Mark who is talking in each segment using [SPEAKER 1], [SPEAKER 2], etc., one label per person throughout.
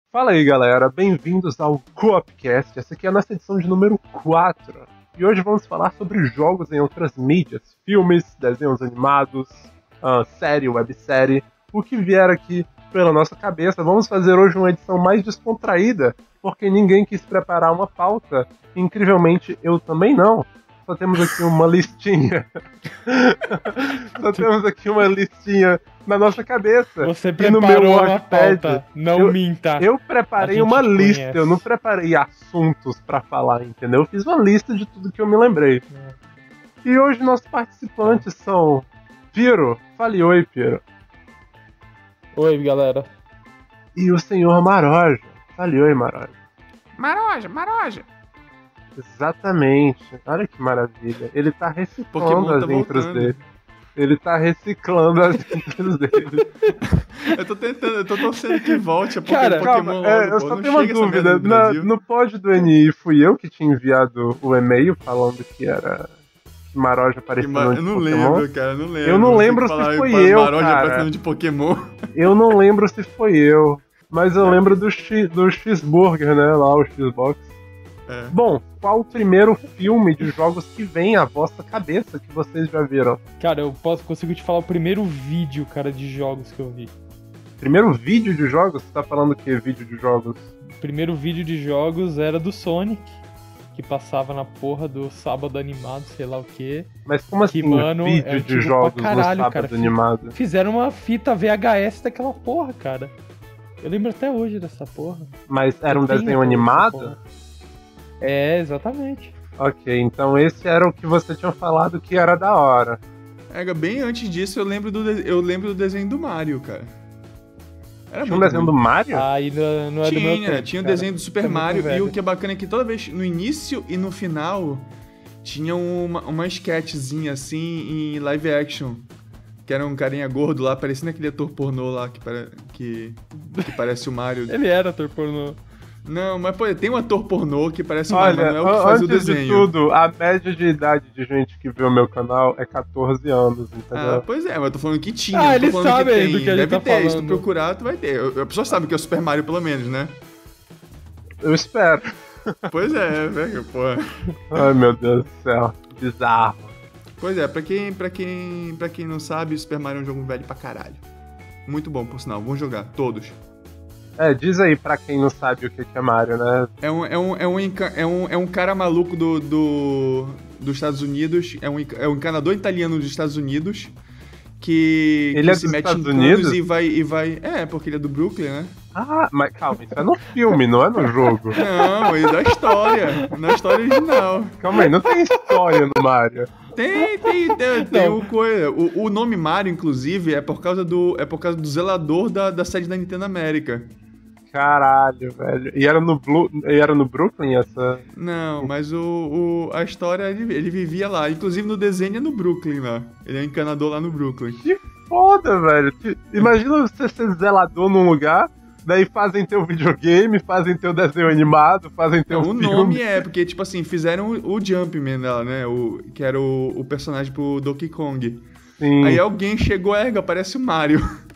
[SPEAKER 1] Fala aí, galera, bem-vindos ao Coopcast. Essa aqui é a nossa edição de número 4. E hoje vamos falar sobre jogos em outras mídias, filmes, desenhos animados, série, websérie, o que vier aqui pela nossa cabeça. Vamos fazer hoje uma edição mais descontraída, porque ninguém quis preparar uma pauta. Incrivelmente, eu também não. Só temos aqui uma listinha. Só temos aqui uma listinha na nossa cabeça.
[SPEAKER 2] Você
[SPEAKER 1] preparou
[SPEAKER 2] no meu uma pauta, não minta.
[SPEAKER 1] Eu preparei uma lista, conhece. Eu não preparei assuntos pra falar, entendeu? Eu fiz uma lista de tudo que eu me lembrei. E hoje nossos participantes são Piro. Fale oi, Piro.
[SPEAKER 2] Oi, galera.
[SPEAKER 1] E o senhor Maroja. Fale oi, Maroja.
[SPEAKER 3] Maroja.
[SPEAKER 1] Exatamente. Olha que maravilha. Ele tá reciclando as intros dele. Ele tá reciclando as intros dele.
[SPEAKER 3] Eu tô torcendo que volte a
[SPEAKER 1] Pokémon. Cara, calma, logo, eu só tenho uma dúvida. No pod do NI fui eu que tinha enviado o e-mail falando que era Maroja aparecendo de
[SPEAKER 3] Eu não
[SPEAKER 1] Pokémon.
[SPEAKER 3] lembro, cara, não lembro.
[SPEAKER 1] Eu não lembro se foi eu,
[SPEAKER 3] Maroja
[SPEAKER 1] cara.
[SPEAKER 3] aparecendo de Pokémon.
[SPEAKER 1] Eu não lembro se foi eu. Mas eu lembro do Cheeseburger, né? Lá, o Xbox. É. Bom, qual o primeiro filme de jogos que vem à vossa cabeça que vocês já viram?
[SPEAKER 2] Cara, eu consigo te falar o primeiro vídeo, cara, de jogos que eu vi.
[SPEAKER 1] Primeiro vídeo de jogos? Você tá falando o que, vídeo de jogos?
[SPEAKER 2] O primeiro vídeo de jogos era do Sonic, que passava na porra do Sábado Animado, sei lá o quê.
[SPEAKER 1] Mas como assim,
[SPEAKER 2] mano,
[SPEAKER 1] vídeo de jogos
[SPEAKER 2] caralho,
[SPEAKER 1] no Sábado
[SPEAKER 2] cara,
[SPEAKER 1] Animado?
[SPEAKER 2] Fizeram uma fita VHS daquela porra, cara. Eu lembro até hoje dessa porra.
[SPEAKER 1] Mas era um desenho animado?
[SPEAKER 2] É, exatamente.
[SPEAKER 1] Ok, então esse era o que você tinha falado que era da hora.
[SPEAKER 3] Bem antes disso eu lembro do desenho do Mario, cara.
[SPEAKER 1] Tinha um desenho do Mario?
[SPEAKER 2] Aí não é do meu tempo,
[SPEAKER 3] tinha um desenho do Super Mario, e o que é bacana é que toda vez, no início e no final, tinha uma sketchzinha assim em live action. Que era um carinha gordo lá, parecendo aquele ator pornô lá que parece o Mario.
[SPEAKER 2] Ele era ator pornô.
[SPEAKER 3] Não, mas pô, tem um ator pornô que parece o Mario, mas não é o que faz o desenho.
[SPEAKER 1] Antes de tudo, a média de idade de gente que vê o meu canal é 14 anos, entendeu?
[SPEAKER 3] Ah, pois é, mas eu tô falando que tinha.
[SPEAKER 2] Eles sabem do que a gente tá falando.
[SPEAKER 3] Se tu procurar, tu vai ter. A pessoa sabe que é o Super Mario, pelo menos, né?
[SPEAKER 1] Eu espero.
[SPEAKER 3] Pois é, velho, pô.
[SPEAKER 1] Ai, meu Deus do céu. Bizarro.
[SPEAKER 3] Pois é, pra quem não sabe, o Super Mario é um jogo velho pra caralho. Muito bom, por sinal. Vamos jogar, todos.
[SPEAKER 1] Diz aí pra quem não sabe o que é Mario, né?
[SPEAKER 3] É um cara maluco dos Estados Unidos, é um encanador italiano dos Estados Unidos que se mete em canos e vai... É, porque ele é do Brooklyn, né?
[SPEAKER 1] Ah, mas calma, isso é no filme, não é no jogo.
[SPEAKER 3] Não, é da história, na história original.
[SPEAKER 1] Calma aí, não tem história no Mario.
[SPEAKER 3] Tem o coisa. O nome Mario, inclusive, é por causa do zelador da sede da Nintendo América.
[SPEAKER 1] Caralho, velho. E era no Brooklyn essa...
[SPEAKER 3] Não, mas a história, ele vivia lá. Inclusive no desenho é no Brooklyn lá. Ele é um encanador lá no Brooklyn.
[SPEAKER 1] Que foda, velho. Imagina você ser zelador num lugar, daí fazem teu videogame, fazem teu desenho animado, fazem teu filme.
[SPEAKER 3] O nome é, porque, tipo assim, fizeram o Jumpman lá, né? Que era o personagem pro Donkey Kong.
[SPEAKER 1] Sim.
[SPEAKER 3] Aí alguém chegou, parece o Mario.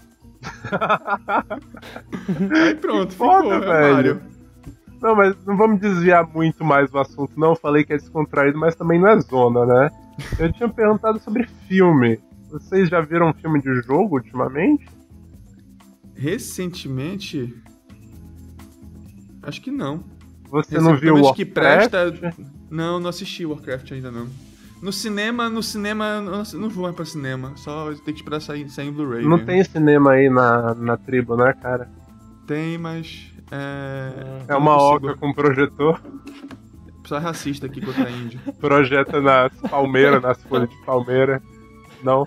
[SPEAKER 3] Aí pronto, ficou, velho. Mario.
[SPEAKER 1] Não, mas não vamos desviar muito mais do assunto, não. Eu falei que é descontraído, mas também não é zona, né? Eu tinha perguntado sobre filme. Vocês já viram um filme de jogo ultimamente?
[SPEAKER 3] Recentemente? Acho que não.
[SPEAKER 1] Você não viu Warcraft?
[SPEAKER 3] Que presta... Não assisti Warcraft ainda não. No cinema, não vou mais pra cinema. Só tem que esperar sair em Blu-ray.
[SPEAKER 1] Não mesmo. Tem cinema aí na tribo, né, cara?
[SPEAKER 3] Tem, mas...
[SPEAKER 1] É uma oca com projetor.
[SPEAKER 3] Só racista aqui contra índio.
[SPEAKER 1] Projeta nas palmeiras, nas folhas de palmeira. Não.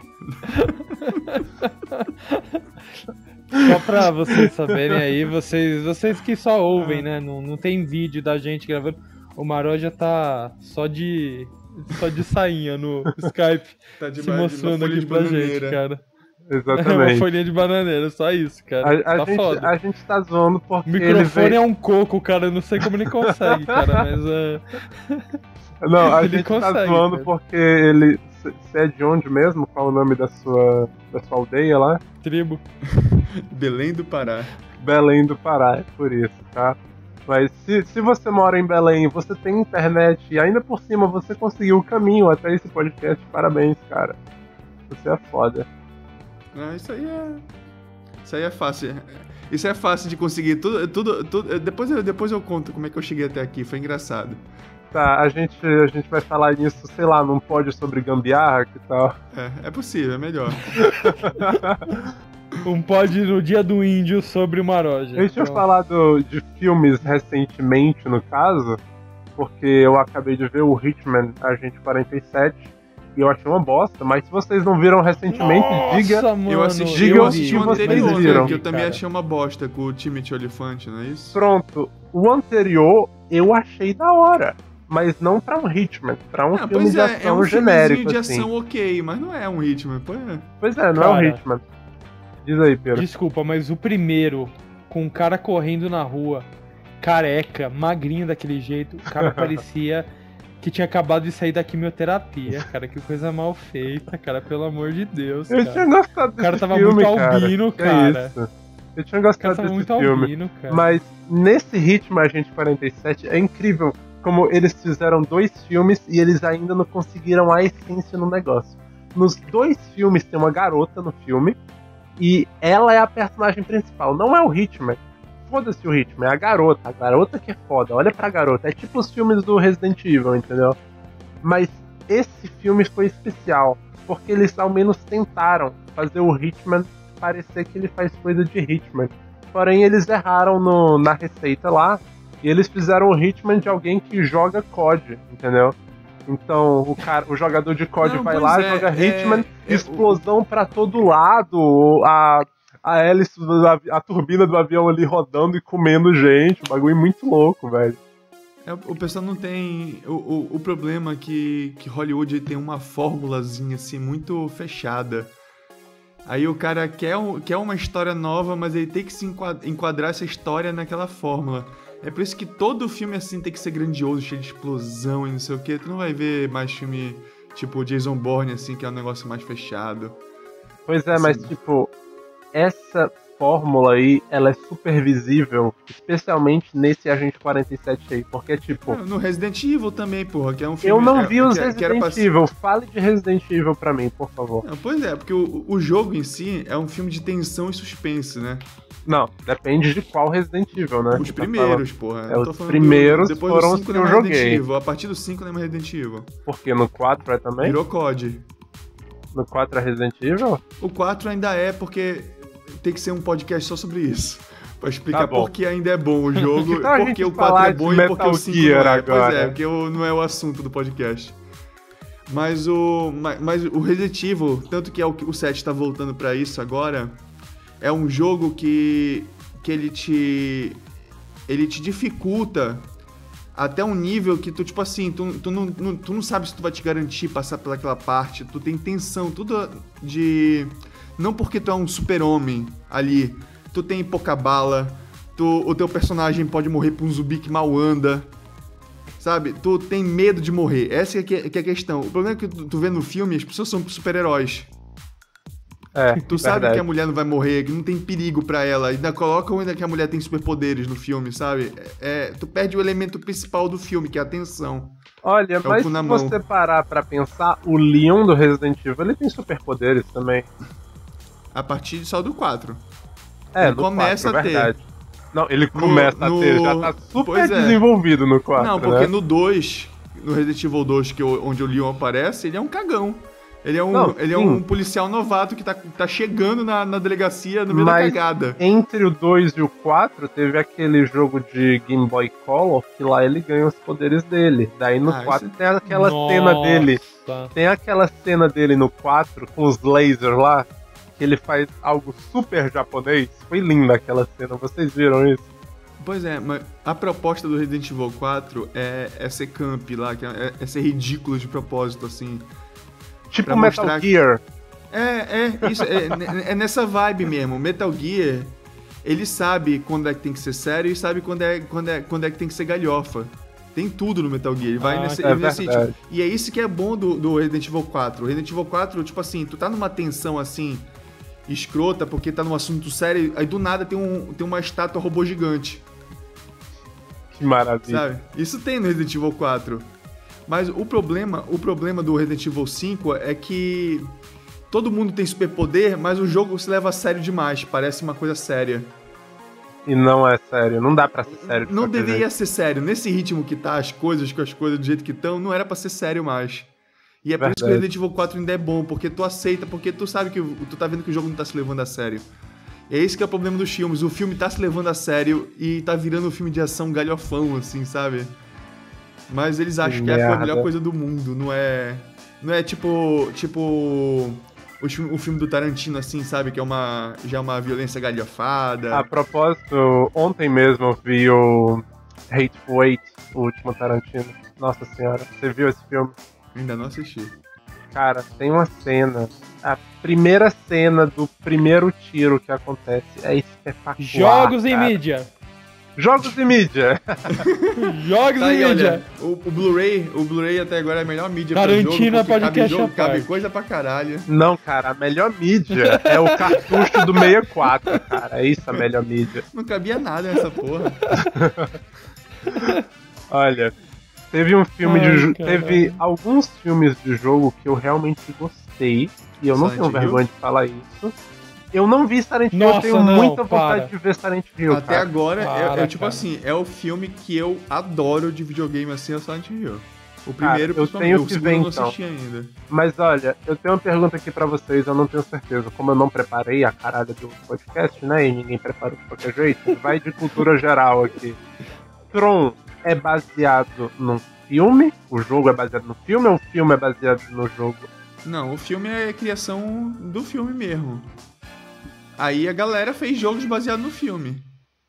[SPEAKER 2] Só pra vocês saberem aí, vocês que só ouvem, né? Não tem vídeo da gente gravando. O Maroja tá só de sainha no Skype, se mostrando aqui pra gente, cara.
[SPEAKER 1] Exatamente.
[SPEAKER 2] É uma folhinha de bananeira, só isso, cara.
[SPEAKER 1] A gente tá zoando porque
[SPEAKER 2] o microfone é um coco, cara. Eu não sei como ele consegue, cara, mas...
[SPEAKER 1] Não, a gente tá zoando, cara, porque ele... Você é de onde mesmo? Qual o nome da sua aldeia lá?
[SPEAKER 2] Tribo.
[SPEAKER 3] Belém do Pará.
[SPEAKER 1] Belém do Pará, é por isso, tá? Mas se você mora em Belém, você tem internet e ainda por cima você conseguiu o caminho até esse podcast, parabéns, cara. Você é foda.
[SPEAKER 3] Não, isso aí é fácil. Isso é fácil de conseguir. Tudo, depois eu conto como é que eu cheguei até aqui. Foi engraçado.
[SPEAKER 1] Tá, a gente vai falar nisso, sei lá, num pódio sobre gambiarra, que tal?
[SPEAKER 3] É possível, é melhor.
[SPEAKER 2] Um pod no dia do índio sobre o Maroja.
[SPEAKER 1] Deixa eu falar de filmes recentemente, no caso, porque eu acabei de ver o Hitman Agente 47 e eu achei uma bosta, mas se vocês não viram recentemente, diga
[SPEAKER 3] eu assisti
[SPEAKER 1] o
[SPEAKER 3] anterior,
[SPEAKER 1] viram.
[SPEAKER 3] Que eu também achei uma bosta com o Timothy Olyphant, não é isso?
[SPEAKER 1] Pronto, o anterior eu achei da hora. Mas não pra um Hitman, pra um filme de ação genérico,
[SPEAKER 3] de
[SPEAKER 1] assim.
[SPEAKER 3] ação ok, mas não é um Hitman,
[SPEAKER 1] Pois é, não é um Hitman. Diz aí, Pedro.
[SPEAKER 2] Desculpa, mas o primeiro, com um cara correndo na rua, careca, magrinho daquele jeito, o cara parecia que tinha acabado de sair da quimioterapia, cara. Que coisa mal feita, cara, pelo amor de Deus, cara.
[SPEAKER 1] Eu tinha gostado desse filme,
[SPEAKER 2] o cara tava muito albino, cara.
[SPEAKER 1] Eu tinha gostado desse filme.
[SPEAKER 2] Albino, cara.
[SPEAKER 1] Mas nesse Hitman Agente 47 é incrível como eles fizeram 2 filmes e eles ainda não conseguiram a essência no negócio. Nos 2 filmes tem uma garota no filme e ela é a personagem principal, não é o Hitman. Foda-se o Hitman, é a garota que é foda, olha pra garota. É tipo os filmes do Resident Evil, entendeu? Mas esse filme foi especial, porque eles ao menos tentaram fazer o Hitman parecer que ele faz coisa de Hitman. Porém, eles erraram na receita lá, e eles fizeram o Hitman de alguém que joga COD, entendeu? Então, o jogador de COD vai lá, joga Hitman, explosão pra todo lado, a hélice, a turbina do avião ali rodando e comendo gente, um bagulho muito louco, velho.
[SPEAKER 3] O pessoal não tem... O problema é que Hollywood tem uma formulazinha assim, muito fechada. Aí o cara quer uma história nova, mas ele tem que se enquadrar essa história naquela fórmula. É por isso que todo filme assim tem que ser grandioso, cheio de explosão e não sei o que. Tu não vai ver mais filme tipo Jason Bourne, assim, que é um negócio mais fechado.
[SPEAKER 1] Pois é,
[SPEAKER 3] assim.
[SPEAKER 1] Mas tipo, essa fórmula aí, ela é super visível, especialmente nesse Agente 47 aí, porque tipo...
[SPEAKER 3] No Resident Evil também, porra, que é um filme...
[SPEAKER 1] Eu não vi os Resident Evil, fale de Resident Evil pra mim, por favor.
[SPEAKER 3] Não, pois é, porque o jogo em si é um filme de tensão e suspense, né?
[SPEAKER 1] Não, depende de qual Resident Evil, né?
[SPEAKER 3] Os primeiros, porra.
[SPEAKER 1] Os primeiros foram os que eu joguei.
[SPEAKER 3] A partir do 5 não é mais Resident Evil.
[SPEAKER 1] Porque no 4 é também?
[SPEAKER 3] Virou COD.
[SPEAKER 1] No 4 é Resident Evil?
[SPEAKER 3] O 4 ainda é, porque tem que ser um podcast só sobre isso. Pra explicar por que ainda é bom o jogo,
[SPEAKER 1] então
[SPEAKER 3] porque o 4 é bom e porque o 5 não é.
[SPEAKER 1] Agora.
[SPEAKER 3] Pois é, porque não é o assunto do podcast. Mas o Resident Evil, tanto que o 7 tá voltando pra isso agora, é um jogo que ele te dificulta até um nível que tu, tipo assim, tu não sabe se tu vai te garantir passar pelaquela parte, tu tem tensão, tudo de... Não porque tu é um super-homem ali, tu tem pouca bala, o teu personagem pode morrer por um zumbi que mal anda, sabe? Tu tem medo de morrer, essa que é a questão. O problema é que tu vê no filme, as pessoas são super-heróis. Tu sabe que a mulher não vai morrer, que não tem perigo pra ela, ainda colocam ainda que a mulher tem superpoderes no filme, sabe? Tu perde o elemento principal do filme, que é a tensão.
[SPEAKER 1] Olha, mas se você parar pra pensar, o Leon do Resident Evil, ele tem superpoderes também.
[SPEAKER 3] A partir só do 4.
[SPEAKER 1] Ele começa 4, a ter. Verdade. Não, ele começa a ter, já tá super desenvolvido no 4,
[SPEAKER 3] Não, porque no 2, no Resident Evil 2, onde o Leon aparece, ele é um cagão. Ele é um policial novato que tá chegando na delegacia no meio da cagada.
[SPEAKER 1] Entre o 2 e o 4, teve aquele jogo de Game Boy Color que lá ele ganha os poderes dele. Daí no 4 tem aquela cena dele. Tem aquela cena dele no 4 com os lasers lá, que ele faz algo super japonês. Foi linda aquela cena, vocês viram isso?
[SPEAKER 3] Pois é, mas a proposta do Resident Evil 4 é ser camp lá, é ser ridículo de propósito, assim.
[SPEAKER 1] Tipo Metal Gear.
[SPEAKER 3] Isso, é nessa vibe mesmo. Metal Gear, ele sabe quando é que tem que ser sério e sabe quando é que tem que ser galhofa. Tem tudo no Metal Gear, ele vai nesse sentido. E é isso que é bom do Resident Evil 4. O Resident Evil 4, tipo assim, tu tá numa tensão assim, escrota porque tá num assunto sério, aí do nada tem uma estátua robô gigante.
[SPEAKER 1] Que maravilha.
[SPEAKER 3] Sabe? Isso tem no Resident Evil 4. Mas o problema do Resident Evil 5 é que todo mundo tem superpoder, mas o jogo se leva a sério demais, parece uma coisa séria.
[SPEAKER 1] E não é sério, não dá pra ser sério.
[SPEAKER 3] Não deveria ser sério. Nesse ritmo que tá as coisas, com as coisas do jeito que estão, não era pra ser sério mais. E é por isso que o Resident Evil 4 ainda é bom, porque tu aceita, porque tu sabe que tu tá vendo que o jogo não tá se levando a sério. E é isso que é o problema dos filmes. O filme tá se levando a sério e tá virando um filme de ação galhofão, assim, sabe? Mas eles acham que é a melhor coisa do mundo, não é tipo o filme do Tarantino, assim, sabe? Que já é uma violência galhofada.
[SPEAKER 1] A propósito, ontem mesmo eu vi o Hateful Eight, o último Tarantino. Nossa senhora, você viu esse filme?
[SPEAKER 3] Ainda não assisti.
[SPEAKER 1] Cara, tem uma cena, a primeira cena do primeiro tiro que acontece é espetacular.
[SPEAKER 2] Jogos em mídia.
[SPEAKER 1] Jogos e mídia.
[SPEAKER 2] Jogos
[SPEAKER 3] tá
[SPEAKER 2] e
[SPEAKER 3] aí,
[SPEAKER 2] mídia.
[SPEAKER 3] Olha, o Blu-ray até agora é a melhor mídia
[SPEAKER 2] Tarantino
[SPEAKER 3] pra jogo,
[SPEAKER 2] podcast
[SPEAKER 3] cabe coisa pra caralho.
[SPEAKER 1] Não, cara, a melhor mídia é o cartucho do 64, cara. É isso a melhor mídia.
[SPEAKER 3] Não cabia nada nessa porra.
[SPEAKER 1] Olha, teve um filme teve alguns filmes de jogo que eu realmente gostei, e eu não tenho vergonha de falar isso. Eu não vi Silent Hill, eu tenho muita vontade de ver Silent Hill.
[SPEAKER 3] Até cara. Agora, tipo assim, é o filme que eu adoro de videogame assim, é o Silent Hill. O primeiro,
[SPEAKER 1] cara, eu tenho que ver,
[SPEAKER 3] eu não assisti ainda.
[SPEAKER 1] Mas olha, eu tenho uma pergunta aqui pra vocês, eu não tenho certeza. Como eu não preparei a caralho do podcast, né, e ninguém preparou de qualquer jeito, vai de cultura geral aqui. Tron é baseado num filme? O jogo é baseado no filme ou o filme é baseado no jogo?
[SPEAKER 3] Não, o filme é criação do filme mesmo. Aí a galera fez jogos baseados no filme.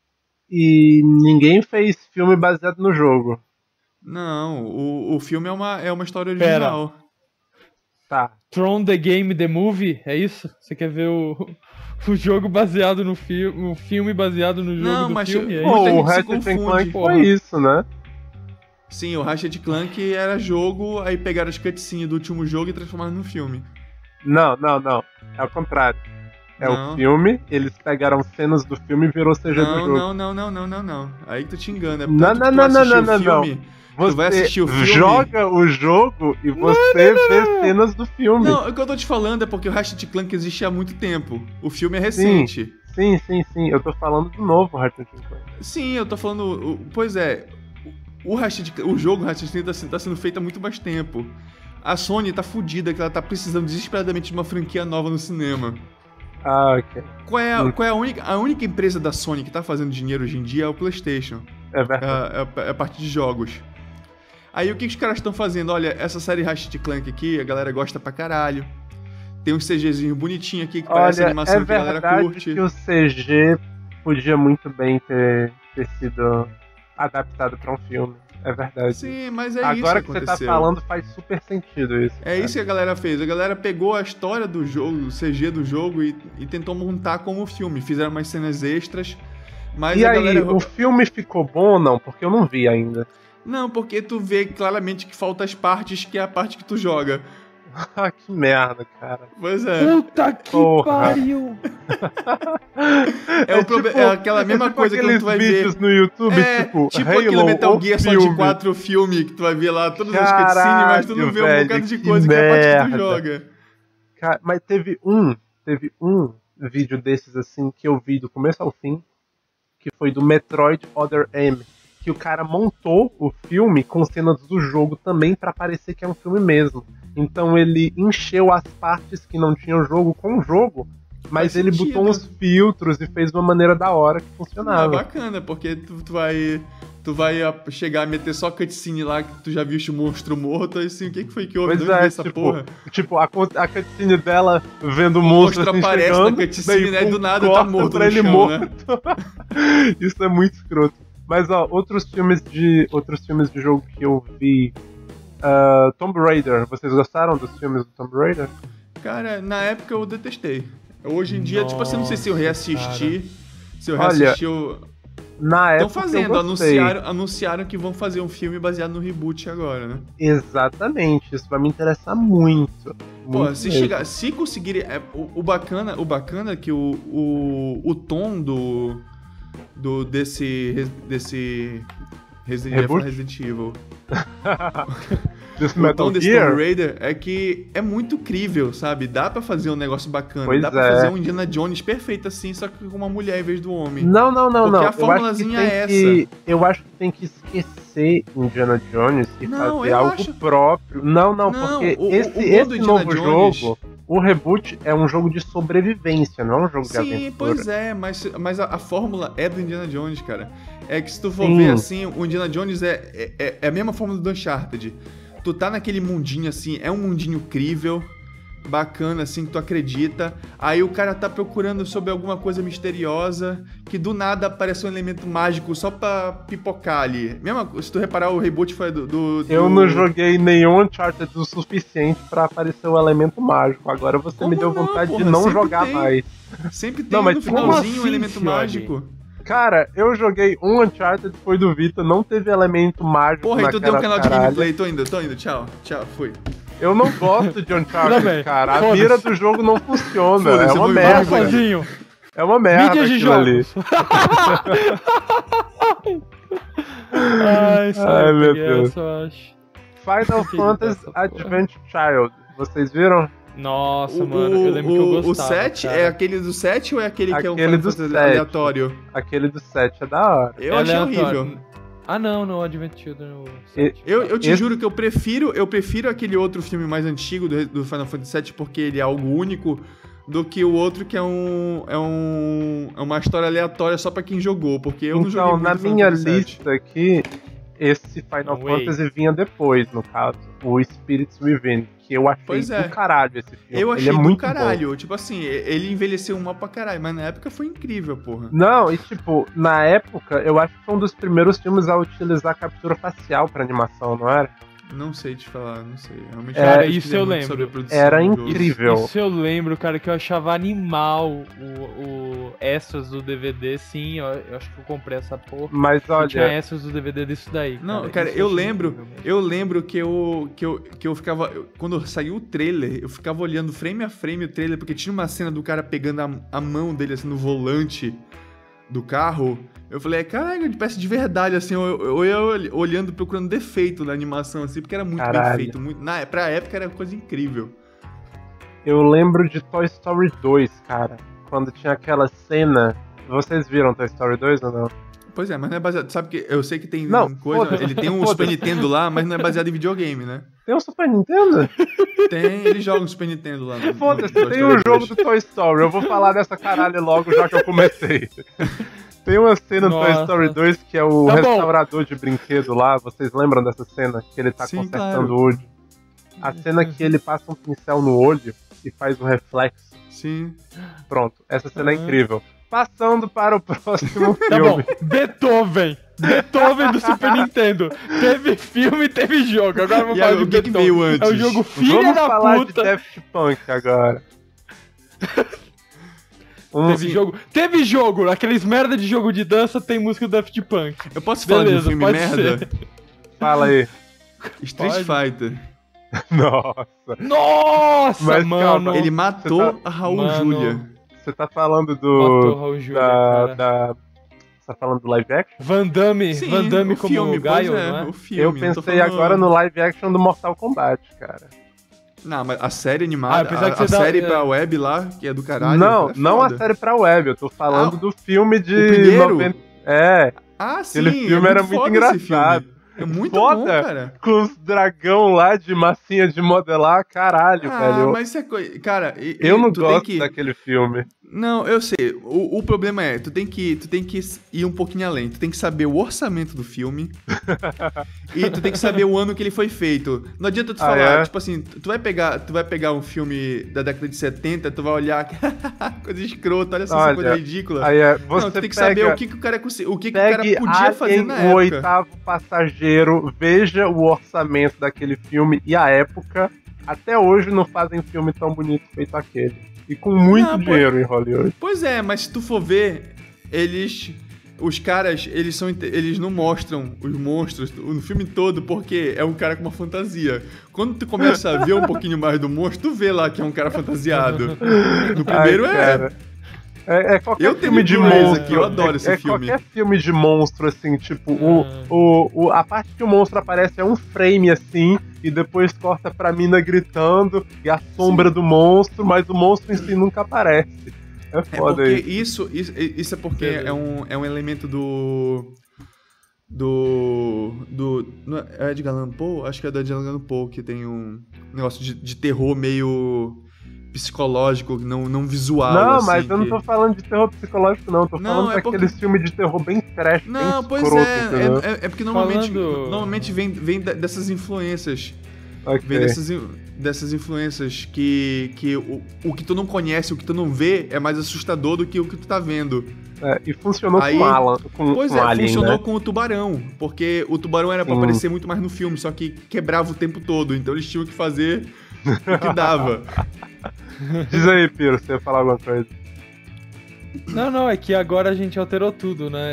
[SPEAKER 1] E ninguém fez filme baseado no jogo.
[SPEAKER 3] Não, o filme é uma história original.
[SPEAKER 2] Pera.
[SPEAKER 1] Tá.
[SPEAKER 2] Tron The Game, The Movie, é isso? Você quer ver o jogo baseado no filme, o filme baseado no jogo do filme? É isso?
[SPEAKER 1] O Ratchet & Clank foi isso, né?
[SPEAKER 3] Sim, o Ratchet & Clank era jogo, aí pegaram as cutscenes do último jogo e transformaram no filme.
[SPEAKER 1] Não. É o contrário. O filme, eles pegaram cenas do filme e virou CG do jogo.
[SPEAKER 3] Não. Aí que tu te engana.
[SPEAKER 1] Não.
[SPEAKER 3] Você vai assistir o filme.
[SPEAKER 1] Joga o jogo e você vê cenas do filme.
[SPEAKER 3] Não, o que eu tô te falando é porque o Ratchet & Clank existe há muito tempo. O filme é recente.
[SPEAKER 1] Sim. Eu tô falando do novo Ratchet & Clank.
[SPEAKER 3] Sim, eu tô falando... Pois é, o jogo Ratchet & Clank tá sendo feito há muito mais tempo. A Sony tá fudida, que ela tá precisando desesperadamente de uma franquia nova no cinema.
[SPEAKER 1] Ah, ok.
[SPEAKER 3] Qual é a única empresa da Sony que tá fazendo dinheiro hoje em dia é o PlayStation.
[SPEAKER 1] É verdade.
[SPEAKER 3] É a parte de jogos. Aí o que os caras estão fazendo? Olha, essa série Ratchet & Clank aqui, a galera gosta pra caralho. Tem uns CGzinhos bonitinhos aqui que parece animação que a galera curte.
[SPEAKER 1] Que o CG podia muito bem ter sido adaptado pra um filme. É verdade.
[SPEAKER 3] Sim, mas é
[SPEAKER 1] agora
[SPEAKER 3] isso que
[SPEAKER 1] aconteceu. Você tá falando faz super sentido isso.
[SPEAKER 3] É isso que a galera fez. A galera pegou a história do jogo, o CG do jogo e tentou montar como filme. Fizeram umas cenas extras, mas
[SPEAKER 1] e
[SPEAKER 3] a
[SPEAKER 1] aí,
[SPEAKER 3] galera...
[SPEAKER 1] o filme ficou bom ou não? Porque eu não vi ainda.
[SPEAKER 3] Não, porque tu vê claramente que falta as partes que é a parte que tu joga.
[SPEAKER 1] Ah, que merda, cara.
[SPEAKER 3] Pois é.
[SPEAKER 2] Puta que pariu!
[SPEAKER 3] É aquela mesma coisa que tu vai ver.
[SPEAKER 1] Aqueles vídeos no YouTube,
[SPEAKER 3] tipo
[SPEAKER 1] Halo,
[SPEAKER 3] aquele Metal Gear
[SPEAKER 1] filme.
[SPEAKER 3] Solid 4 filme, que tu vai ver lá todas as cutscenes, mas tu não vê um bocado de coisa que é a parte que tu joga.
[SPEAKER 1] Cara, mas teve um vídeo desses assim que eu vi do começo ao fim, que foi do Metroid Other M, que o cara montou o filme com cenas do jogo também pra parecer que é um filme mesmo. Então ele encheu as partes que não tinham jogo com o jogo, mas ele botou uns filtros e fez de uma maneira da hora que funcionava.
[SPEAKER 3] É bacana, porque tu vai chegar a meter só cutscene lá que tu já viu o monstro morto, assim, o que foi que houve dentro dessa porra?
[SPEAKER 1] Tipo, a cutscene dela vendo o monstro assim,
[SPEAKER 3] aparece
[SPEAKER 1] chegando,
[SPEAKER 3] na cutscene, né, do nada tá morto
[SPEAKER 1] pra
[SPEAKER 3] no
[SPEAKER 1] ele
[SPEAKER 3] chão,
[SPEAKER 1] morto.
[SPEAKER 3] Né?
[SPEAKER 1] Isso é muito escroto. Mas ó, outros filmes de jogo que eu vi, Tomb Raider, vocês gostaram dos filmes do Tomb Raider?
[SPEAKER 3] Cara, na época eu detestei. Hoje em dia, tipo assim, não sei se eu reassisti.
[SPEAKER 1] Cara.
[SPEAKER 3] Se eu reassisti,
[SPEAKER 1] na época
[SPEAKER 3] estão fazendo, anunciaram que vão fazer um filme baseado no reboot agora, né?
[SPEAKER 1] Exatamente, isso vai me interessar muito.
[SPEAKER 3] Pô, se conseguirem... O bacana é que o tom desse Resident Evil. O tom desse Tomb Raider é que é muito crível, sabe? Dá pra fazer um negócio bacana.
[SPEAKER 1] Pois
[SPEAKER 3] dá pra fazer um Indiana Jones perfeito assim, só que com uma mulher em vez do homem.
[SPEAKER 1] Não.
[SPEAKER 3] Porque a formulazinha é essa.
[SPEAKER 1] Eu acho que tem que esquecer Indiana Jones e fazer algo próprio. Não, porque esse novo jogo... O reboot é um jogo de sobrevivência, não é um jogo de aventura.
[SPEAKER 3] Sim, pois é, mas a fórmula é do Indiana Jones, cara. É que se tu for ver assim, o Indiana Jones é a mesma fórmula do Uncharted. Tu tá naquele mundinho assim, é um mundinho crível, bacana assim, que tu acredita. Aí o cara tá procurando sobre alguma coisa misteriosa, que do nada aparece um elemento mágico só pra pipocar ali. Mesmo, se tu reparar, o reboot foi do...
[SPEAKER 1] Eu não joguei nenhum Uncharted o suficiente pra aparecer o elemento mágico. Agora você me deu vontade de não jogar mais.
[SPEAKER 3] Sempre tem no finalzinho
[SPEAKER 2] assim,
[SPEAKER 3] um elemento mágico.
[SPEAKER 1] Cara, eu joguei um Uncharted, foi do Vita, não teve elemento mágico.
[SPEAKER 3] Porra, então tem um canal de gameplay, tô indo, tchau, fui.
[SPEAKER 1] Eu não gosto de Uncharted, cara. A mira do jogo não funciona. É uma merda.
[SPEAKER 2] Sozinho.
[SPEAKER 1] É uma merda
[SPEAKER 2] mídia de
[SPEAKER 1] aquilo ali.
[SPEAKER 2] Ai,
[SPEAKER 1] meu Deus.
[SPEAKER 2] Eu acho.
[SPEAKER 1] Final Fantasy Advent Child. Vocês viram?
[SPEAKER 2] Nossa, mano, eu lembro que eu gostava.
[SPEAKER 3] O 7
[SPEAKER 2] cara.
[SPEAKER 3] É aquele do 7 ou é aquele que é um
[SPEAKER 1] Final
[SPEAKER 3] Fantasy aleatório?
[SPEAKER 1] Aquele do 7 é da hora.
[SPEAKER 3] Eu achei horrível.
[SPEAKER 2] Não, Advent Children.
[SPEAKER 3] Eu te juro que eu prefiro aquele outro filme mais antigo do Final Fantasy VII porque ele é algo único do que o outro que é uma história aleatória só pra quem jogou, porque eu não joguei muito
[SPEAKER 1] na minha lista aqui, esse Final Fantasy vinha depois, no caso, o Spirits Within, que eu achei do caralho esse filme.
[SPEAKER 3] Eu achei
[SPEAKER 1] ele é muito
[SPEAKER 3] caralho,
[SPEAKER 1] bom.
[SPEAKER 3] Tipo assim, ele envelheceu mal pra caralho, mas na época foi incrível, porra.
[SPEAKER 1] Não, e tipo, na época, eu acho que foi um dos primeiros filmes a utilizar captura facial pra animação, não era?
[SPEAKER 3] Não sei te falar, não sei. Realmente
[SPEAKER 2] cara, isso eu lembro.
[SPEAKER 1] Era incrível.
[SPEAKER 2] Isso eu lembro, cara, que eu achava animal o extras do DVD, sim. Eu acho que eu comprei essa porra.
[SPEAKER 1] Mas olha...
[SPEAKER 2] Tinha extras do DVD disso daí.
[SPEAKER 3] Não, cara, eu lembro que eu ficava... Quando saiu o trailer, eu ficava olhando frame a frame o trailer, porque tinha uma cena do cara pegando a mão dele, assim, no volante do carro. Eu falei, caralho, parece de verdade, assim, eu ia olhando, procurando defeito na animação, assim, porque era muito bem feito. Pra época era coisa incrível.
[SPEAKER 1] Eu lembro de Toy Story 2, cara, quando tinha aquela cena... Vocês viram Toy Story 2 ou não?
[SPEAKER 3] Pois é, mas não é baseado... Sabe que eu sei que tem
[SPEAKER 1] coisa...
[SPEAKER 3] Ele tem um Super Nintendo lá, mas não é baseado em videogame, né?
[SPEAKER 1] Tem um Super Nintendo?
[SPEAKER 3] Tem, ele joga um Super Nintendo lá.
[SPEAKER 1] Foda-se, tem um jogo do Toy Story. Eu vou falar dessa caralho logo, já que eu comecei. Tem uma cena do Toy Story 2 que é o restaurador de brinquedo lá. Vocês lembram dessa cena? Que ele tá consertando o olho. A cena que ele passa um pincel no olho e faz um reflexo.
[SPEAKER 3] Sim.
[SPEAKER 1] Pronto, essa cena é incrível. Passando para o próximo filme.
[SPEAKER 2] Tá bom, Beethoven do Super Nintendo. Teve filme e teve jogo. Agora vamos falar de Beethoven. É o jogo filha da puta.
[SPEAKER 1] Vamos falar de Daft Punk agora.
[SPEAKER 2] Teve jogo. Aqueles merda de jogo de dança tem música do Daft Punk.
[SPEAKER 3] Eu posso falar de um filme merda?
[SPEAKER 2] Ser.
[SPEAKER 1] Fala aí.
[SPEAKER 3] Street Fighter.
[SPEAKER 1] Nossa,
[SPEAKER 2] mas, mano.
[SPEAKER 3] Calma, ele matou a Raul Julia.
[SPEAKER 1] Você tá falando
[SPEAKER 2] Raul Julia,
[SPEAKER 1] Você tá falando do live action?
[SPEAKER 2] Van Damme como
[SPEAKER 3] filme,
[SPEAKER 2] o Gaio,
[SPEAKER 3] não
[SPEAKER 2] é?
[SPEAKER 3] O filme,
[SPEAKER 1] eu pensei agora no live action do Mortal Kombat, cara.
[SPEAKER 3] Não, mas a série animada, a série pra web lá, que é do caralho.
[SPEAKER 1] Não a série pra web, eu tô falando do filme de...
[SPEAKER 3] O primeiro?
[SPEAKER 1] Sim, aquele filme era muito engraçado.
[SPEAKER 3] É muito bom, cara.
[SPEAKER 1] Com os dragão lá de massinha de modelar, caralho, velho.
[SPEAKER 3] Mas isso é coisa... Cara,
[SPEAKER 1] eu não gosto daquele filme.
[SPEAKER 3] Não, eu sei. O problema é, tu tem que ir um pouquinho além. Tu tem que saber o orçamento do filme. E tu tem que saber o ano que ele foi feito. Não adianta tu falar, tipo assim, tu vai pegar um filme da década de 70, tu vai olhar, coisa escrota, olha essa coisa ridícula. Não, tu tem que saber o que o cara podia fazer na época.
[SPEAKER 1] O Oitavo Passageiro, veja o orçamento daquele filme e a época. Até hoje não fazem filme tão bonito feito aquele. E com muito dinheiro em Hollywood.
[SPEAKER 3] Pois é, mas se tu for ver, eles os caras, eles não mostram os monstros no filme todo porque é um cara com uma fantasia. Quando tu começa a ver um pouquinho mais do monstro, tu vê lá que é um cara fantasiado. No primeiro
[SPEAKER 1] é qualquer filme de monstro
[SPEAKER 3] aqui, eu adoro esse filme.
[SPEAKER 1] Qualquer filme de monstro, assim, tipo, a parte que o monstro aparece é um frame, assim, e depois corta pra mina gritando e a sombra do monstro, mas o monstro em si nunca aparece. É foda
[SPEAKER 3] isso é porque é um elemento do é Edgar Allan Poe? Acho que é do Edgar Allan Poe, que tem um negócio de terror meio psicológico, não visual.
[SPEAKER 1] Não,
[SPEAKER 3] assim,
[SPEAKER 1] mas eu não tô falando de terror psicológico, não. Tô falando daqueles filmes de terror bem trash,
[SPEAKER 3] não,
[SPEAKER 1] bem
[SPEAKER 3] pois
[SPEAKER 1] escroto,
[SPEAKER 3] é porque normalmente vem dessas influências.
[SPEAKER 1] Okay.
[SPEAKER 3] Vem dessas influências que o que tu não conhece, o que tu não vê, é mais assustador do que o que tu tá vendo.
[SPEAKER 1] E funcionou com Alan. Alien,
[SPEAKER 3] funcionou
[SPEAKER 1] né?
[SPEAKER 3] com o Tubarão. Porque o Tubarão era pra aparecer muito mais no filme, só que quebrava o tempo todo. Então eles tinham que fazer o que dava.
[SPEAKER 1] Diz aí, Piro, você ia falar alguma coisa?
[SPEAKER 2] Não, é que agora a gente alterou tudo, né?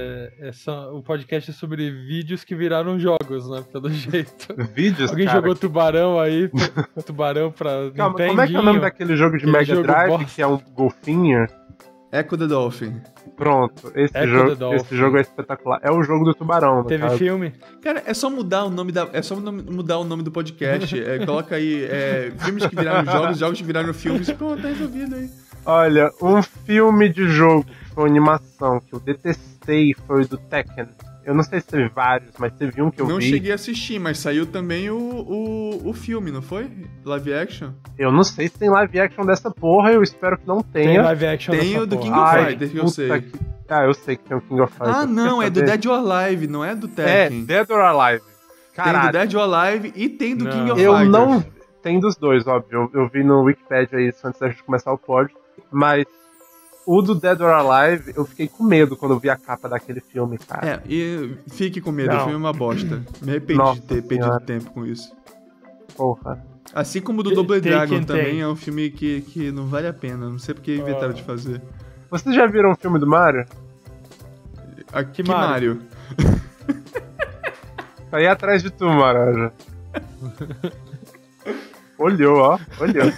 [SPEAKER 2] O podcast é sobre vídeos que viraram jogos, né? Pelo jeito.
[SPEAKER 1] Vídeos,
[SPEAKER 2] Alguém
[SPEAKER 1] cara,
[SPEAKER 2] jogou Tubarão aí, Tubarão pra
[SPEAKER 1] Calma, como é que é o nome daquele jogo de Mega Drive, que é um golfinho?
[SPEAKER 3] Echo the Dolphin.
[SPEAKER 1] Pronto, esse jogo é espetacular. É o jogo do Tubarão,
[SPEAKER 2] Teve
[SPEAKER 1] caso.
[SPEAKER 2] filme?
[SPEAKER 3] Cara, é só mudar o nome mudar o nome do podcast. Coloca aí filmes que viraram jogos que viraram filmes e pronto, tá resolvido aí.
[SPEAKER 1] Olha, um filme de jogo que foi animação que eu detestei foi o do Tekken. Eu não sei se teve vários, mas teve um que eu vi.
[SPEAKER 3] Não cheguei a assistir, mas saiu também o filme, não foi? Live action?
[SPEAKER 1] Eu não sei se tem live action dessa porra, eu espero que não tenha.
[SPEAKER 2] Tem live action
[SPEAKER 3] Tem o do King of Fighters, que eu sei.
[SPEAKER 1] Eu sei que tem o King of Fighters.
[SPEAKER 3] Ah, não, é do Dead or Alive, não é do Tekken.
[SPEAKER 1] Dead or Alive. Caralho.
[SPEAKER 3] Tem do Dead or Alive e tem do King of
[SPEAKER 1] Eu
[SPEAKER 3] Fighters.
[SPEAKER 1] não... Tem dos dois, óbvio. Eu vi no Wikipedia isso antes da gente começar o pod, mas o do Dead or Alive, eu fiquei com medo quando eu vi a capa daquele filme, cara.
[SPEAKER 3] E fique com medo, o filme é uma bosta. Me arrependi de ter perdido tempo com isso.
[SPEAKER 1] Porra.
[SPEAKER 3] Assim como o do Double Dragon também é um filme que não vale a pena. Não sei porque inventaram de fazer.
[SPEAKER 1] Vocês já viram o filme do Mario?
[SPEAKER 3] Que Mario?
[SPEAKER 1] Tá aí atrás de tu, Maraja. Olhou, ó. Olhou.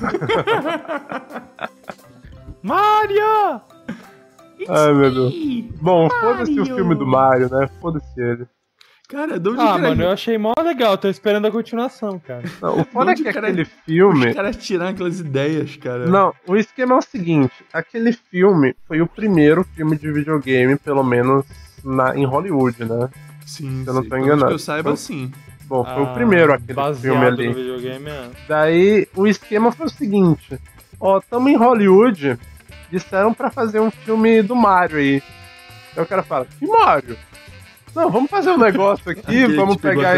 [SPEAKER 2] Mario!
[SPEAKER 1] Ai, meu Deus. Bom, foda-se o filme do Mario, né? Foda-se ele.
[SPEAKER 3] Cara, de onde
[SPEAKER 2] mano, eu achei mó legal. Tô esperando a continuação, cara.
[SPEAKER 1] Não, o foda é que aquele filme...
[SPEAKER 3] Os caras tiraram aquelas ideias, cara.
[SPEAKER 1] Não, o esquema é o seguinte. Aquele filme foi o primeiro filme de videogame, pelo menos em Hollywood, né?
[SPEAKER 3] Sim,
[SPEAKER 1] se eu não tô enganado.
[SPEAKER 3] Que eu saiba, sim.
[SPEAKER 1] Bom, foi o primeiro aquele filme ali.
[SPEAKER 2] No videogame,
[SPEAKER 1] Daí, o esquema foi o seguinte. Tamo em Hollywood, disseram pra fazer um filme do Mario aí. Aí o cara fala, que Mario? Não, vamos fazer um negócio aqui, vamos pegar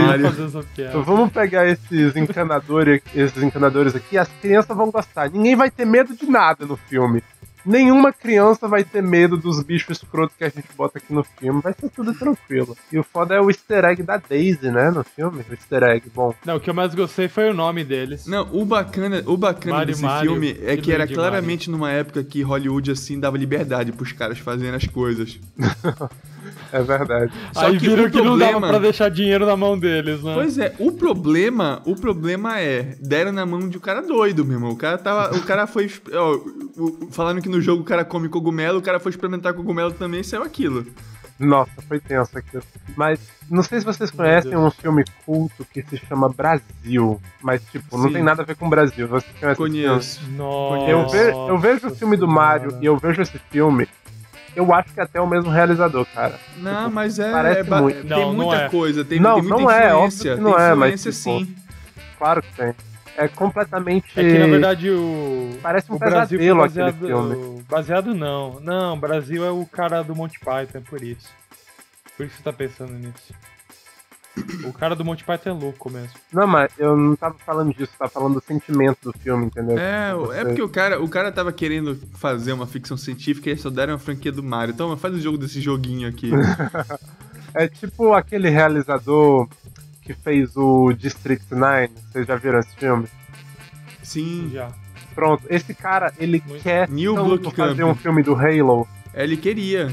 [SPEAKER 1] esses encanadores aqui, as crianças vão gostar. Ninguém vai ter medo de nada no filme. Nenhuma criança vai ter medo dos bichos escrotos que a gente bota aqui no filme. Vai ser tudo tranquilo. E o foda é o easter egg da Daisy, né, no filme. O easter egg, bom.
[SPEAKER 2] Não, o que eu mais gostei foi o nome deles.
[SPEAKER 3] Não, o bacana desse filme é que era claramente numa época que Hollywood, assim, dava liberdade pros caras fazerem as coisas.
[SPEAKER 1] É verdade.
[SPEAKER 2] Só aí que viram que não dava pra deixar dinheiro na mão deles, né?
[SPEAKER 3] Pois é, o problema deram na mão de um cara doido, meu irmão. O cara foi, falando que no jogo o cara come cogumelo, o cara foi experimentar cogumelo também e saiu aquilo.
[SPEAKER 1] Nossa, foi tenso aquilo. Mas, não sei se vocês conhecem um filme culto que se chama Brasil. Mas, tipo, não tem nada a ver com o Brasil. Vocês conhecem?
[SPEAKER 3] Conheço.
[SPEAKER 2] Nossa,
[SPEAKER 1] eu vejo o filme do Mario e eu vejo esse filme. Eu acho que é até o mesmo realizador, cara.
[SPEAKER 3] Não,
[SPEAKER 1] tipo,
[SPEAKER 3] mas
[SPEAKER 1] muito.
[SPEAKER 3] Tem muita coisa, tem
[SPEAKER 1] muita
[SPEAKER 3] influência.
[SPEAKER 1] Não é, mas tipo,
[SPEAKER 3] sim.
[SPEAKER 1] Claro que tem. É completamente...
[SPEAKER 2] É que, na verdade,
[SPEAKER 1] parece um pesadelo aquele filme.
[SPEAKER 2] Baseado não. Não, Brasil é o cara do Monty Python, é por isso. Por isso que você tá pensando nisso. O cara do Monty Python é louco mesmo.
[SPEAKER 1] Não, mas eu não tava falando disso, tava falando do sentimento do filme, entendeu?
[SPEAKER 3] É porque o cara tava querendo fazer uma ficção científica e eles só deram a franquia do Mario. Então faz o jogo desse joguinho aqui.
[SPEAKER 1] É tipo aquele realizador que fez o District 9. Vocês já viram esse filme?
[SPEAKER 3] Sim.
[SPEAKER 2] Já.
[SPEAKER 1] Pronto, esse cara, ele quer
[SPEAKER 3] Neil
[SPEAKER 1] tanto fazer um filme do Halo.
[SPEAKER 3] Ele queria.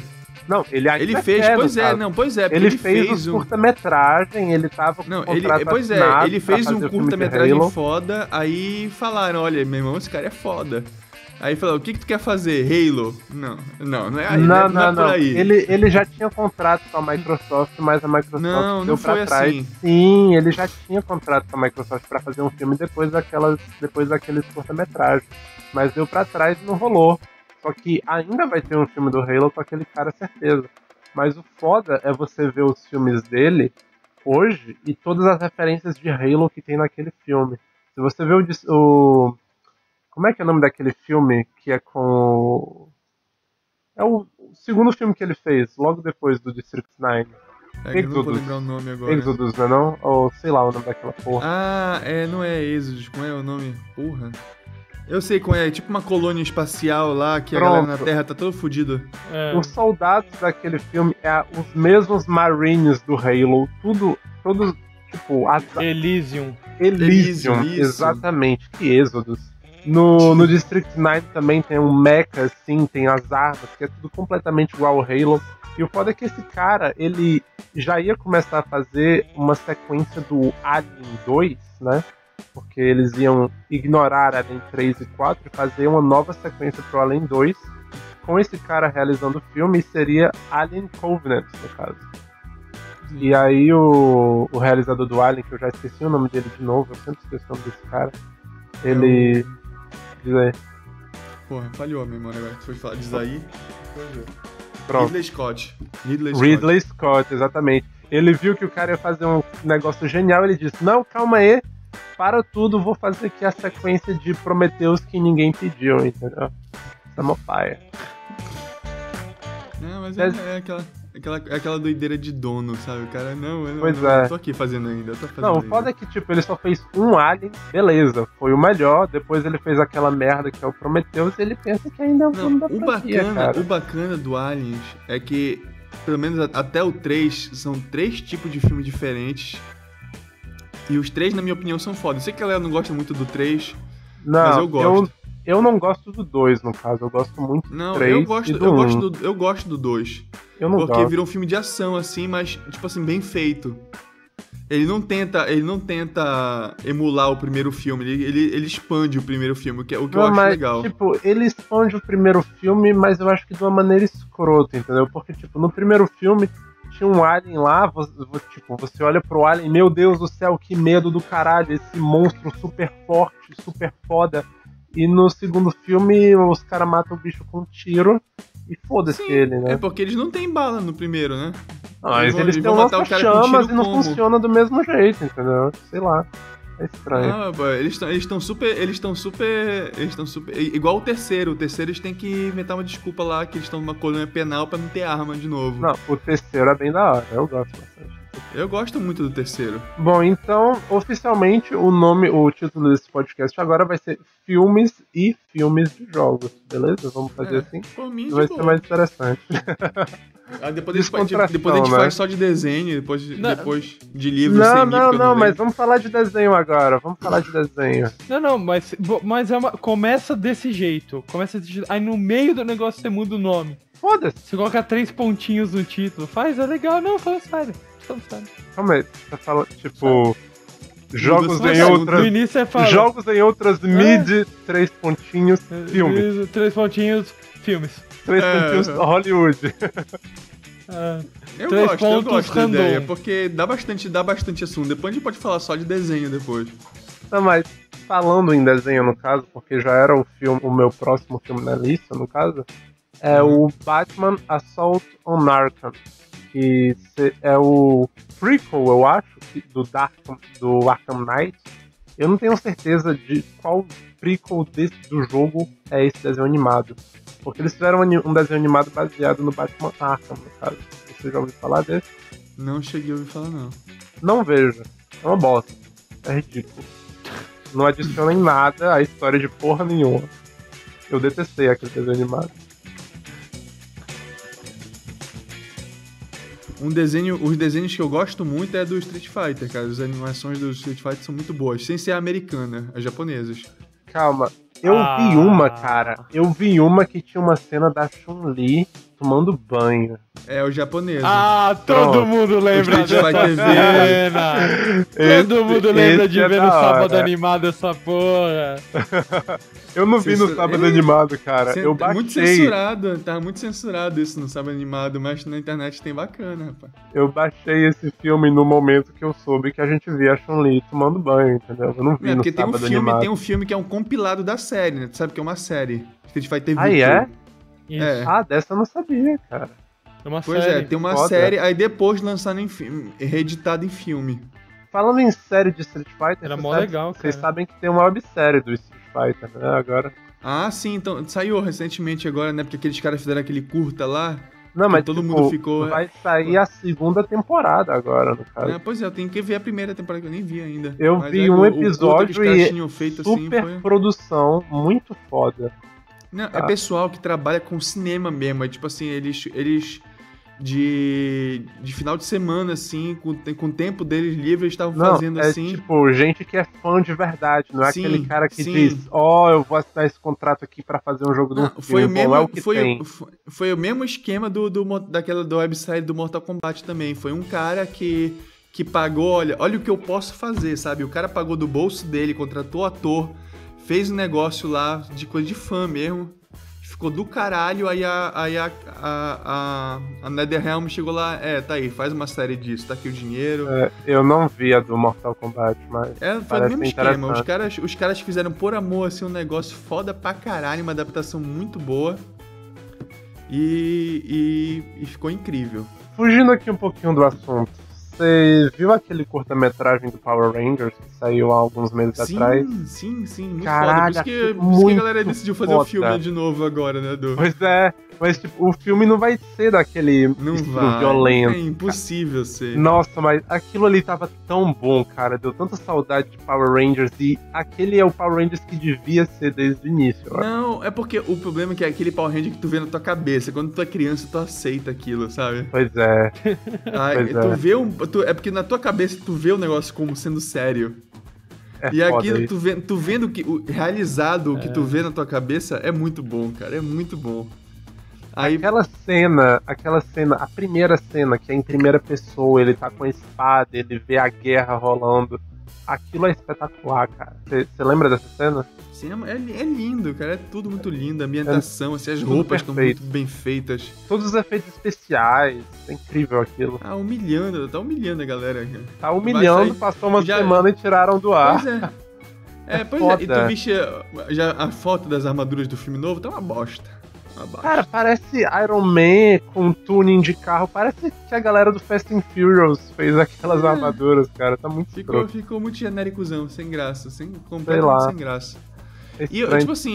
[SPEAKER 1] Não, ele ainda
[SPEAKER 3] Ele fez,
[SPEAKER 1] quer,
[SPEAKER 3] pois é, não, pois é, porque
[SPEAKER 1] ele fez um curta-metragem, ele tava com
[SPEAKER 3] não,
[SPEAKER 1] contrato
[SPEAKER 3] pois é,
[SPEAKER 1] assinado
[SPEAKER 3] ele fez
[SPEAKER 1] pra
[SPEAKER 3] um
[SPEAKER 1] fazer o filme de
[SPEAKER 3] curta-metragem
[SPEAKER 1] Halo.
[SPEAKER 3] foda, aí falaram, olha, meu irmão, esse cara é foda. Aí falou, o que tu quer fazer? Halo? Não é aí, não é por aí.
[SPEAKER 1] Ele já tinha contrato com a Microsoft, mas a Microsoft deu pra
[SPEAKER 3] foi
[SPEAKER 1] trás.
[SPEAKER 3] assim.
[SPEAKER 1] Sim, ele já tinha contrato com a Microsoft pra fazer um filme depois daqueles curta-metragens. Mas deu pra trás e não rolou. Só que ainda vai ter um filme do Halo com aquele cara, certeza. Mas o foda é você ver os filmes dele hoje e todas as referências de Halo que tem naquele filme. Se você vê o como é que é o nome daquele filme que é com... É o segundo filme que ele fez, logo depois do District 9.
[SPEAKER 3] Eu não vou lembrar o nome agora.
[SPEAKER 1] Exodus, não é não? Ou sei lá o nome daquela porra.
[SPEAKER 3] Não é Exodus, como é o nome? Porra. Eu sei qual é tipo uma colônia espacial lá, que Pronto. A galera na Terra tá todo fudido.
[SPEAKER 1] Os soldados daquele filme os mesmos Marines do Halo, todos tipo... Elysium, exatamente, que Exodus. No District 9 também tem um mecha, assim, tem as armas, que é tudo completamente igual ao Halo. E o foda é que esse cara, ele já ia começar a fazer uma sequência do Alien 2, né? Porque eles iam ignorar Alien 3 e 4 e fazer uma nova sequência pro Alien 2, com esse cara realizando o filme, e seria Alien Covenant, no caso. E aí o realizador do Alien, que eu já esqueci o nome dele de novo, eu sempre esqueço o nome desse cara, ele... Diz aí.
[SPEAKER 3] Porra, falhou a memória agora. Tu foi falar, diz aí.
[SPEAKER 1] Pronto.
[SPEAKER 3] Ridley
[SPEAKER 1] Scott, exatamente. Ele viu que o cara ia fazer um negócio genial, ele disse, não, calma aí, para tudo, vou fazer aqui a sequência de Prometheus que ninguém pediu, entendeu? Samopaia.
[SPEAKER 3] Não, mas é aquela doideira de dono, sabe? O cara, eu
[SPEAKER 1] não
[SPEAKER 3] tô aqui fazendo ainda,
[SPEAKER 1] Não, o foda é que, tipo, ele só fez um Alien, beleza, foi o melhor, depois ele fez aquela merda que é o Prometheus e ele pensa que ainda é um filme da franquia, cara.
[SPEAKER 3] O bacana do Aliens é que, pelo menos até o 3, são 3 tipos de filmes diferentes. E os 3, na minha opinião, são foda. Eu sei que a galera não gosta muito do 3, mas eu gosto.
[SPEAKER 1] Eu não gosto do 2, no caso. Eu gosto muito do 3
[SPEAKER 3] eu gosto do 2.
[SPEAKER 1] Eu não
[SPEAKER 3] porque
[SPEAKER 1] gosto.
[SPEAKER 3] Virou um filme de ação, assim, mas, tipo assim, bem feito. Ele não tenta emular o primeiro filme, ele expande o primeiro filme, o que eu acho legal.
[SPEAKER 1] Tipo, ele expande o primeiro filme, mas eu acho que de uma maneira escrota, entendeu? Porque, tipo, no primeiro filme tinha um alien lá, você olha pro alien, meu Deus do céu, que medo do caralho, esse monstro super forte, super foda. E no segundo filme, os caras matam o bicho com um tiro e foda-se ele, né?
[SPEAKER 3] É porque eles não têm bala no primeiro, né?
[SPEAKER 1] Mas eles têm lança-chamas e não funciona do mesmo jeito, entendeu? Sei lá. É estranho.
[SPEAKER 3] Eles estão super. Igual o terceiro. O terceiro eles têm que inventar uma desculpa lá que eles estão numa colônia penal pra não ter arma de novo.
[SPEAKER 1] Não, o terceiro é bem da hora. Eu gosto bastante.
[SPEAKER 3] Eu gosto muito do terceiro.
[SPEAKER 1] Bom, então, oficialmente, o título desse podcast agora vai ser Filmes e Filmes de Jogos, beleza? Vamos fazer assim?
[SPEAKER 3] Por mim,
[SPEAKER 1] vai ser mais interessante.
[SPEAKER 3] Depois a gente faz só de desenho, depois de livros sem mim.
[SPEAKER 1] Não, mas vamos falar de desenho agora. Vamos falar de desenho.
[SPEAKER 2] Não, mas começa desse jeito. Aí no meio do negócio você muda o nome.
[SPEAKER 1] Foda-se.
[SPEAKER 2] Você coloca 3 pontinhos no título. É legal. Não, fala sério.
[SPEAKER 1] Calma aí, você fala, tipo... Jogos em outras...
[SPEAKER 2] No início você fala...
[SPEAKER 1] Jogos em outras mid, 3 pontinhos, filmes.
[SPEAKER 2] 3 pontinhos, filmes.
[SPEAKER 1] 3 pontinhos, Hollywood.
[SPEAKER 3] Eu gosto da ideia, porque dá bastante assunto. Depois a gente pode falar só de desenho depois.
[SPEAKER 1] Não, mas falando em desenho, no caso, porque já era o meu próximo filme na lista, no caso, é o Batman Assault on Arkham. Que é o prequel, eu acho, do Arkham Knight. Eu não tenho certeza de qual prequel do jogo é esse desenho animado. Porque eles fizeram um desenho animado baseado no Batman Arkham, no caso. Você já ouviu falar desse?
[SPEAKER 3] Não cheguei a ouvir falar, não.
[SPEAKER 1] Não vejo. É uma bosta. É ridículo. Não adiciona em nada a história de porra nenhuma. Eu detestei aquele desenho animado.
[SPEAKER 3] Os desenhos que eu gosto muito é do Street Fighter, cara. As animações do Street Fighter são muito boas, sem ser americana, as japonesas.
[SPEAKER 1] Calma, eu vi uma, cara. Eu vi uma que tinha uma cena da Chun-Li tomando banho.
[SPEAKER 3] É o japonês.
[SPEAKER 2] Ah, todo mundo lembra dessa cena. Todo mundo lembra de ver no Sábado Animado essa porra.
[SPEAKER 1] Eu não vi no Sábado Animado, cara. Eu baixei.
[SPEAKER 3] Muito censurado, tava muito censurado isso no Sábado Animado, mas na internet tem bacana, rapaz.
[SPEAKER 1] Eu baixei esse filme no momento que eu soube que a gente via a Chun-Li tomando banho, entendeu? Eu não vi no Sábado Animado.
[SPEAKER 3] Tem um filme que é um compilado da série, né? Tu sabe que é uma série. Street Fighter
[SPEAKER 1] V. É?
[SPEAKER 3] É.
[SPEAKER 1] Ah, dessa eu não sabia, cara.
[SPEAKER 3] Pois é, tem uma série, aí depois lançando em filme, reeditado em filme.
[SPEAKER 1] Falando em série de Street Fighter,
[SPEAKER 2] era mó legal, cara.
[SPEAKER 1] Vocês sabem que tem uma websérie do Street Fighter, né, agora.
[SPEAKER 3] Ah, sim, então, saiu recentemente agora, né, porque aqueles caras fizeram aquele curta lá.
[SPEAKER 1] Não, mas
[SPEAKER 3] todo mundo ficou...
[SPEAKER 1] vai sair a segunda temporada agora, no caso.
[SPEAKER 3] Pois é, eu tenho que ver a primeira temporada, que eu nem vi ainda.
[SPEAKER 1] Eu vi um episódio e
[SPEAKER 3] feito,
[SPEAKER 1] super
[SPEAKER 3] assim,
[SPEAKER 1] produção, muito foda.
[SPEAKER 3] Não, é pessoal que trabalha com cinema mesmo, é tipo assim, eles de final de semana, assim, com o tempo deles livre, eles estavam fazendo assim.
[SPEAKER 1] Tipo, gente que é fã de verdade, não é aquele cara que diz, eu vou assinar esse contrato aqui pra fazer um jogo do filme. Foi
[SPEAKER 3] o mesmo esquema do website do Mortal Kombat também. Foi um cara que pagou, olha o que eu posso fazer, sabe? O cara pagou do bolso dele, contratou ator, fez um negócio lá de coisa de fã mesmo. Ficou do caralho, aí a NetherRealm chegou lá, tá aí, faz uma série disso, tá aqui o dinheiro.
[SPEAKER 1] Eu não vi a do Mortal Kombat, mas
[SPEAKER 3] foi o mesmo esquema, os caras fizeram por amor, assim, um negócio foda pra caralho, uma adaptação muito boa e ficou incrível.
[SPEAKER 1] Fugindo aqui um pouquinho do assunto, você viu aquele curta-metragem do Power Rangers que saiu há alguns meses atrás?
[SPEAKER 3] Sim, muito
[SPEAKER 1] Caralho,
[SPEAKER 3] foda. Por isso que a galera decidiu fazer o filme de novo agora, né, Du?
[SPEAKER 1] Pois é, mas tipo, o filme não vai ser daquele estilo violento.
[SPEAKER 3] É impossível ser.
[SPEAKER 1] Nossa, mas aquilo ali tava tão bom, cara. Deu tanta saudade de Power Rangers e aquele é o Power Rangers que devia ser desde o início.
[SPEAKER 3] Não, é porque o problema é que é aquele Power Ranger que tu vê na tua cabeça. Quando tu é criança, tu aceita aquilo, sabe?
[SPEAKER 1] Pois é.
[SPEAKER 3] Tu vê é porque na tua cabeça tu vê o negócio como sendo sério. E aquilo, tu vendo realizado o que tu vê na tua cabeça é muito bom, cara. É muito bom. Aí... Aquela cena, a primeira cena, que é em primeira pessoa, ele tá com a espada, ele vê a guerra rolando. Aquilo é espetacular, cara. Você lembra dessa cena? Sim, é lindo, cara. É tudo muito lindo. A ambientação, assim, as roupas estão muito bem feitas.
[SPEAKER 1] Todos os efeitos especiais. É incrível aquilo.
[SPEAKER 3] Tá humilhando a galera.
[SPEAKER 1] Tá humilhando, passou uma semana e tiraram do ar.
[SPEAKER 3] Pois é. E tu viste já a foto das armaduras do filme novo? Tá uma bosta.
[SPEAKER 1] Cara, parece Iron Man com tuning de carro. Parece que a galera do Fast and Furious fez aquelas armaduras, cara. Tá muito
[SPEAKER 3] ficou muito genéricozão, sem graça. Completamente sem graça. E eu, tipo assim,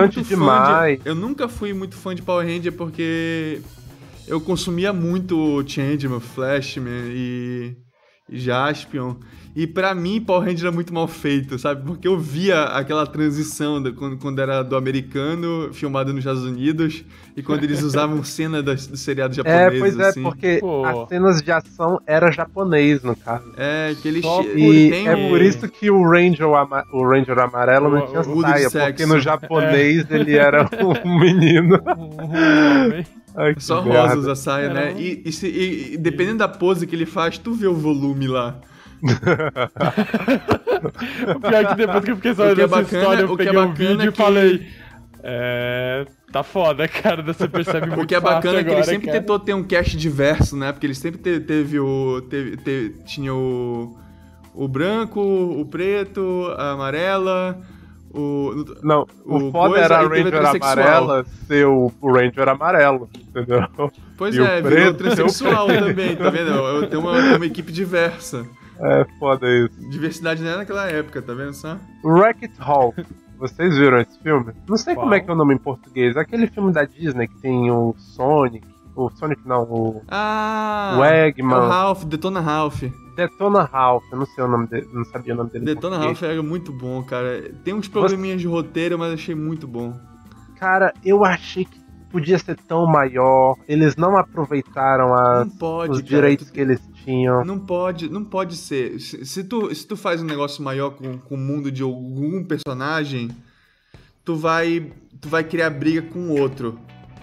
[SPEAKER 3] eu nunca fui muito fã de Power Ranger porque eu consumia muito Changeman, Flashman e Jaspion. E pra mim, Power Ranger era muito mal feito, sabe? Porque eu via aquela transição quando era do americano, filmado nos Estados Unidos, e quando eles usavam cena dos seriados japoneses,
[SPEAKER 1] pois é,
[SPEAKER 3] assim.
[SPEAKER 1] Porque as cenas de ação era japonês, no caso.
[SPEAKER 3] Aquele
[SPEAKER 1] é por isso que o Ranger amarelo não tinha saia, porque no japonês ele era um menino.
[SPEAKER 3] Ai, só rosas a saia, né? E dependendo da pose que ele faz, tu vê o volume lá.
[SPEAKER 2] O pior é que depois que eu fiquei sabendo dessa história, eu peguei um vídeo e falei... tá foda, cara, você percebe muito fácil.
[SPEAKER 3] O que é bacana é que ele sempre tentou ter um cast diverso, né? Porque ele sempre tinha o branco, o preto, a amarela...
[SPEAKER 1] O foda era a Ranger amarela ser o Ranger amarelo, entendeu?
[SPEAKER 3] Pois virou transexual também, tá vendo? Tem uma equipe diversa.
[SPEAKER 1] É foda isso.
[SPEAKER 3] Diversidade não era naquela época, tá vendo só?
[SPEAKER 1] Wreck-It Ralph. Vocês viram esse filme? Não sei como é que é o nome em português. Aquele filme da Disney que tem o Sonic. O Sonic não, o Eggman.
[SPEAKER 3] É o Ralph, Detona Ralph.
[SPEAKER 1] Detona Ralph, eu não sei o nome dele, não sabia o nome dele.
[SPEAKER 3] Detona Ralph era muito bom, cara. Tem uns probleminhas de roteiro, mas achei muito bom.
[SPEAKER 1] Cara, eu achei que podia ser tão maior. Eles não aproveitaram os direitos que eles tinham.
[SPEAKER 3] Não pode ser. Se tu faz um negócio maior com o mundo de algum personagem, tu vai criar briga com o outro.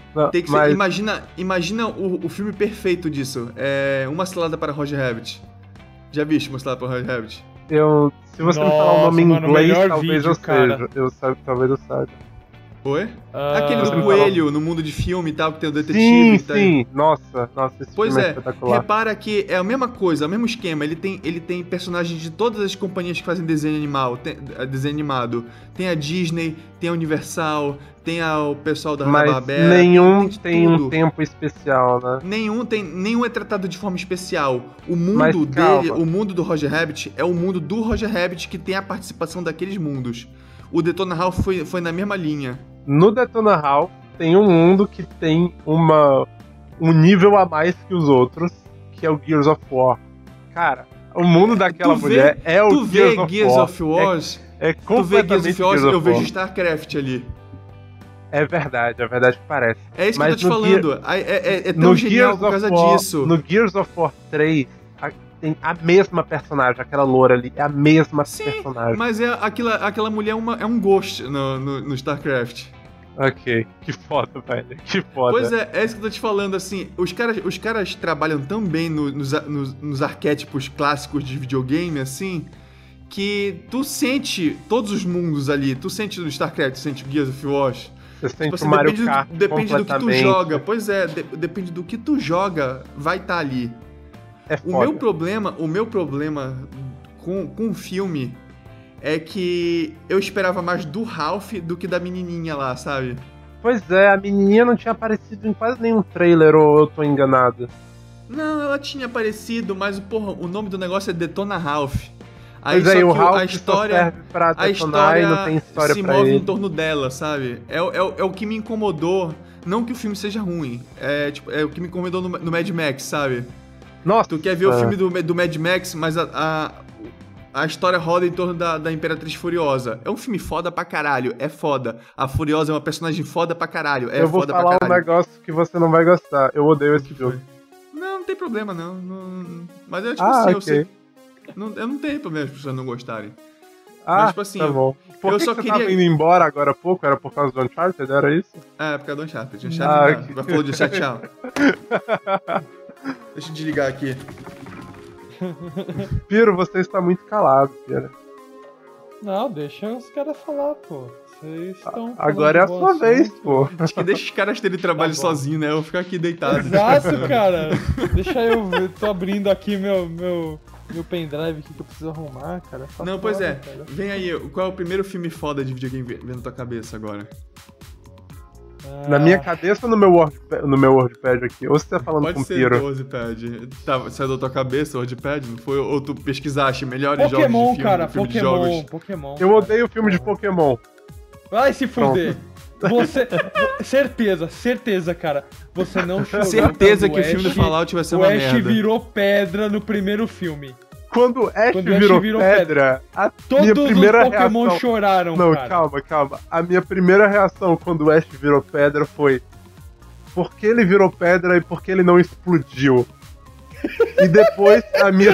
[SPEAKER 1] Não,
[SPEAKER 3] Tem que ser, imagina o filme perfeito disso. Uma Cilada para Roger Rabbit. Já viste Uma Cilada para Roger Rabbit?
[SPEAKER 1] Se você não falar o nome em inglês, talvez
[SPEAKER 2] vídeo,
[SPEAKER 1] eu seja. Talvez eu saiba.
[SPEAKER 3] Oi? Aquele do coelho no mundo de filme e tal, que tem o detetive.
[SPEAKER 1] Sim. Nossa, esse
[SPEAKER 3] pois
[SPEAKER 1] filme é espetacular.
[SPEAKER 3] Repara que é a mesma coisa, o mesmo esquema. Ele tem personagens de todas as companhias que fazem desenho animado. Tem a Disney, tem a Universal, tem o pessoal da Hanna-Barbera.
[SPEAKER 1] Mas nenhum tem um tempo especial, né?
[SPEAKER 3] Nenhum é tratado de forma especial. O mundo dele, o mundo do Roger Rabbit, é o mundo do Roger Rabbit que tem a participação daqueles mundos. O Detona Ralph foi na mesma linha.
[SPEAKER 1] No Detona Ralph tem um mundo que tem um nível a mais que os outros, que é o Gears of War. Cara, o mundo daquela mulher é o Gears of War. É completamente
[SPEAKER 3] Gears of War, eu vejo StarCraft ali.
[SPEAKER 1] É verdade que parece.
[SPEAKER 3] É isso que eu tô te falando. É tão genial por causa disso.
[SPEAKER 1] No Gears of War 3, tem a mesma personagem, aquela loura ali, é a mesma personagem.
[SPEAKER 3] Mas aquela mulher é um ghost no StarCraft.
[SPEAKER 1] Ok, que foda, velho, que foda.
[SPEAKER 3] Pois é isso que eu tô te falando, assim, os caras trabalham tão bem nos arquétipos clássicos de videogame, assim, que tu sente todos os mundos ali, tu sente no StarCraft, tu sente o Gears of War.
[SPEAKER 1] Você sente o Mario Kart
[SPEAKER 3] depende do que tu joga, pois é, depende do que tu joga, vai estar ali. O meu problema com o filme é que eu esperava mais do Ralph do que da menininha lá, sabe?
[SPEAKER 1] Pois é, a menininha não tinha aparecido em quase nenhum trailer, ou eu tô enganado?
[SPEAKER 3] Não, ela tinha aparecido, mas porra, o nome do negócio é Detona Ralph.
[SPEAKER 1] Aí,
[SPEAKER 3] só
[SPEAKER 1] aí o
[SPEAKER 3] que
[SPEAKER 1] Ralph
[SPEAKER 3] a história,
[SPEAKER 1] só serve pra detonar e não tem história
[SPEAKER 3] se
[SPEAKER 1] pra
[SPEAKER 3] move
[SPEAKER 1] ele.
[SPEAKER 3] em torno dela, sabe? É o que me incomodou. Não que o filme seja ruim, é o que me incomodou no Mad Max, sabe?
[SPEAKER 1] Nossa.
[SPEAKER 3] Tu quer ver o filme do Mad Max, mas a história roda em torno da Imperatriz Furiosa. É um filme foda pra caralho, é foda. A Furiosa é uma personagem foda pra caralho, é
[SPEAKER 1] foda pra caralho. Eu vou falar um negócio que você não vai gostar. Eu odeio esse filme.
[SPEAKER 3] Não tem problema, não. Mas eu, tipo assim, eu sei... eu não tenho problema as pessoas não gostarem. Mas, tipo assim,
[SPEAKER 1] tá bom. Por que você tava indo embora agora há pouco? Era por causa do Uncharted, era isso?
[SPEAKER 3] É, por causa do Uncharted. Uncharted vai falar de Uncharted, tchau. Deixa eu desligar aqui.
[SPEAKER 1] Piro, você está muito calado, Piro.
[SPEAKER 2] Não, deixa os caras falar, pô. Vocês estão.
[SPEAKER 1] Agora é a sua vez, pô.
[SPEAKER 3] Acho que deixa os caras terem trabalho sozinho, né? Eu vou ficar aqui deitado.
[SPEAKER 2] Exato, cara. Deixa eu tô abrindo aqui meu pendrive que eu preciso arrumar, cara.
[SPEAKER 3] Não, pois é. Cara. Vem aí, qual é o primeiro filme foda de videogame vendo na tua cabeça agora?
[SPEAKER 1] Na minha cabeça ou no meu WordPad aqui? Ou você tá falando com o Piro?
[SPEAKER 3] Pode ser no WordPad. Saiu da tua cabeça o WordPad? Não foi? Ou tu pesquisaste melhores jogos de filme?
[SPEAKER 2] Cara,
[SPEAKER 3] filme
[SPEAKER 2] Pokémon,
[SPEAKER 3] de jogos?
[SPEAKER 2] Pokémon.
[SPEAKER 1] Eu odeio filme de Pokémon.
[SPEAKER 2] Vai se fuder. Você... certeza, cara. Você não chorou.
[SPEAKER 3] Certeza que o filme do Fallout vai ser uma merda.
[SPEAKER 2] O Ash virou pedra no primeiro filme.
[SPEAKER 1] Quando o Ash virou pedra, minha primeira
[SPEAKER 2] os Pokémon
[SPEAKER 1] reação...
[SPEAKER 2] choraram,
[SPEAKER 1] não,
[SPEAKER 2] cara.
[SPEAKER 1] Calma. A minha primeira reação quando o Ash virou pedra foi... Por que ele virou pedra e por que ele não explodiu? E depois a minha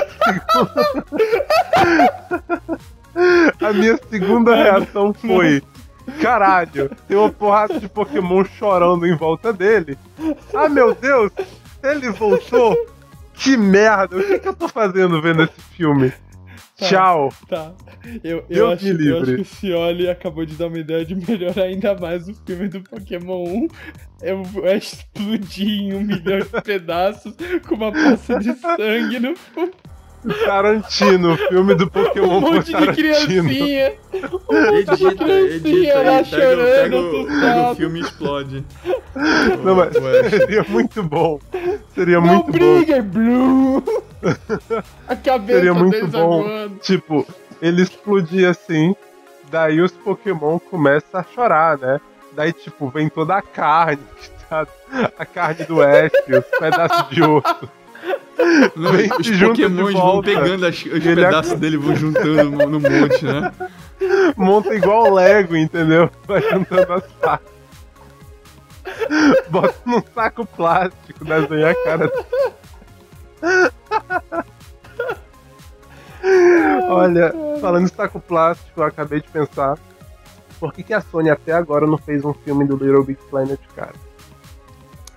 [SPEAKER 1] segunda reação foi... Caralho, tem uma porrada de Pokémon chorando em volta dele. Ah, meu Deus, ele voltou? Que merda, o que eu tô fazendo vendo esse filme?
[SPEAKER 2] Tá,
[SPEAKER 1] tchau.
[SPEAKER 2] Tá. Eu acho que o Cioli acabou de dar uma ideia de melhorar ainda mais o filme do Pokémon 1. É explodir em 1 milhão de pedaços com uma poça de sangue no fundo.
[SPEAKER 1] Tarantino, filme do Pokémon por Tarantino.
[SPEAKER 2] Criancinha. Edita lá chorando.
[SPEAKER 3] Pega o filme e explode.
[SPEAKER 1] Não, mas seria muito bom. Seria
[SPEAKER 2] não
[SPEAKER 1] muito
[SPEAKER 2] briga, bom. Blue. A cabeça
[SPEAKER 1] seria muito bom.
[SPEAKER 2] Voando.
[SPEAKER 1] Tipo, ele explodir assim, daí os Pokémon começam a chorar, né? Daí, tipo, vem toda a carne, tá? A carne do Ash, os pedaços de osso.
[SPEAKER 3] Os Pokémons vão pegando os pedaços dele e vão juntando no monte, né?
[SPEAKER 1] Monta igual Lego, entendeu? Vai juntando as partes. Bota num saco plástico, desenha a cara. Olha, falando em saco plástico, eu acabei de pensar. Por que a Sony até agora não fez um filme do Little Big Planet, cara?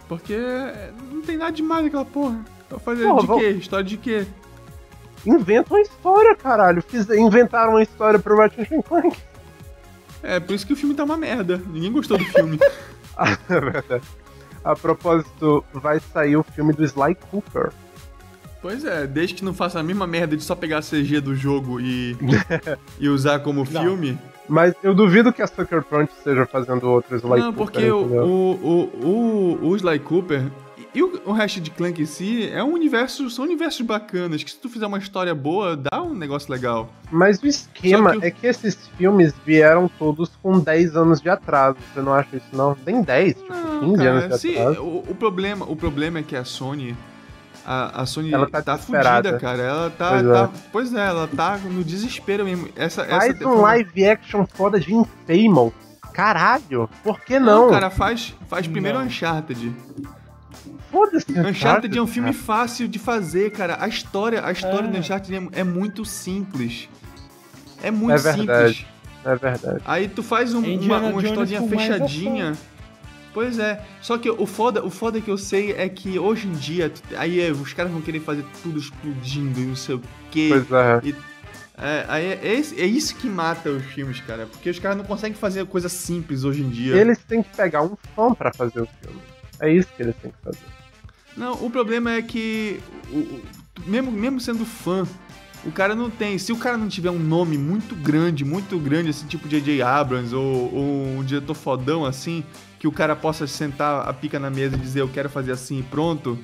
[SPEAKER 3] Porque não tem nada demais naquela porra. Vai fazer de quê? História de quê?
[SPEAKER 1] Inventa uma história, caralho. Inventaram uma história pro Ratchet & Clank.
[SPEAKER 3] É, por isso que o filme tá uma merda. Ninguém gostou do filme.
[SPEAKER 1] É verdade. A propósito, vai sair o filme do Sly Cooper.
[SPEAKER 3] Pois é, desde que não faça a mesma merda de só pegar a CG do jogo e usar como filme.
[SPEAKER 1] Mas eu duvido que a Sucker Punch esteja fazendo outro Sly Cooper.
[SPEAKER 3] Não, porque o Sly Cooper e o Ratchet & Clank em si são universos bacanas, que se tu fizer uma história boa, dá um negócio legal.
[SPEAKER 1] Mas o esquema é que esses filmes vieram todos com 10 anos de atraso. Você não acha isso, não? Nem 10, tipo, 15 anos de atraso.
[SPEAKER 3] O problema é que a Sony... A Sony
[SPEAKER 1] ela
[SPEAKER 3] tá fudida, cara. Ela ela tá no desespero mesmo.
[SPEAKER 1] Faz um live action foda de Infamous. Caralho, por que não?
[SPEAKER 3] Cara, faz primeiro Uncharted.
[SPEAKER 1] Foda-se.
[SPEAKER 3] Uncharted é um filme fácil de fazer, cara. A história do Uncharted é muito simples. É muito simples.
[SPEAKER 1] É verdade.
[SPEAKER 3] Aí tu faz uma historinha fechadinha. Pois é, só que o foda que eu sei é que hoje em dia, os caras vão querer fazer tudo explodindo e não sei o quê.
[SPEAKER 1] Pois é.
[SPEAKER 3] É isso que mata os filmes, cara, porque os caras não conseguem fazer coisa simples hoje em dia.
[SPEAKER 1] Eles têm que pegar um fã pra fazer o filme. É isso que eles têm que fazer.
[SPEAKER 3] Não, o problema é que, mesmo sendo fã, o cara não tem... Se o cara não tiver um nome muito grande, assim, tipo J.J. Abrams ou um diretor fodão, assim, que o cara possa sentar a pica na mesa e dizer eu quero fazer assim e pronto,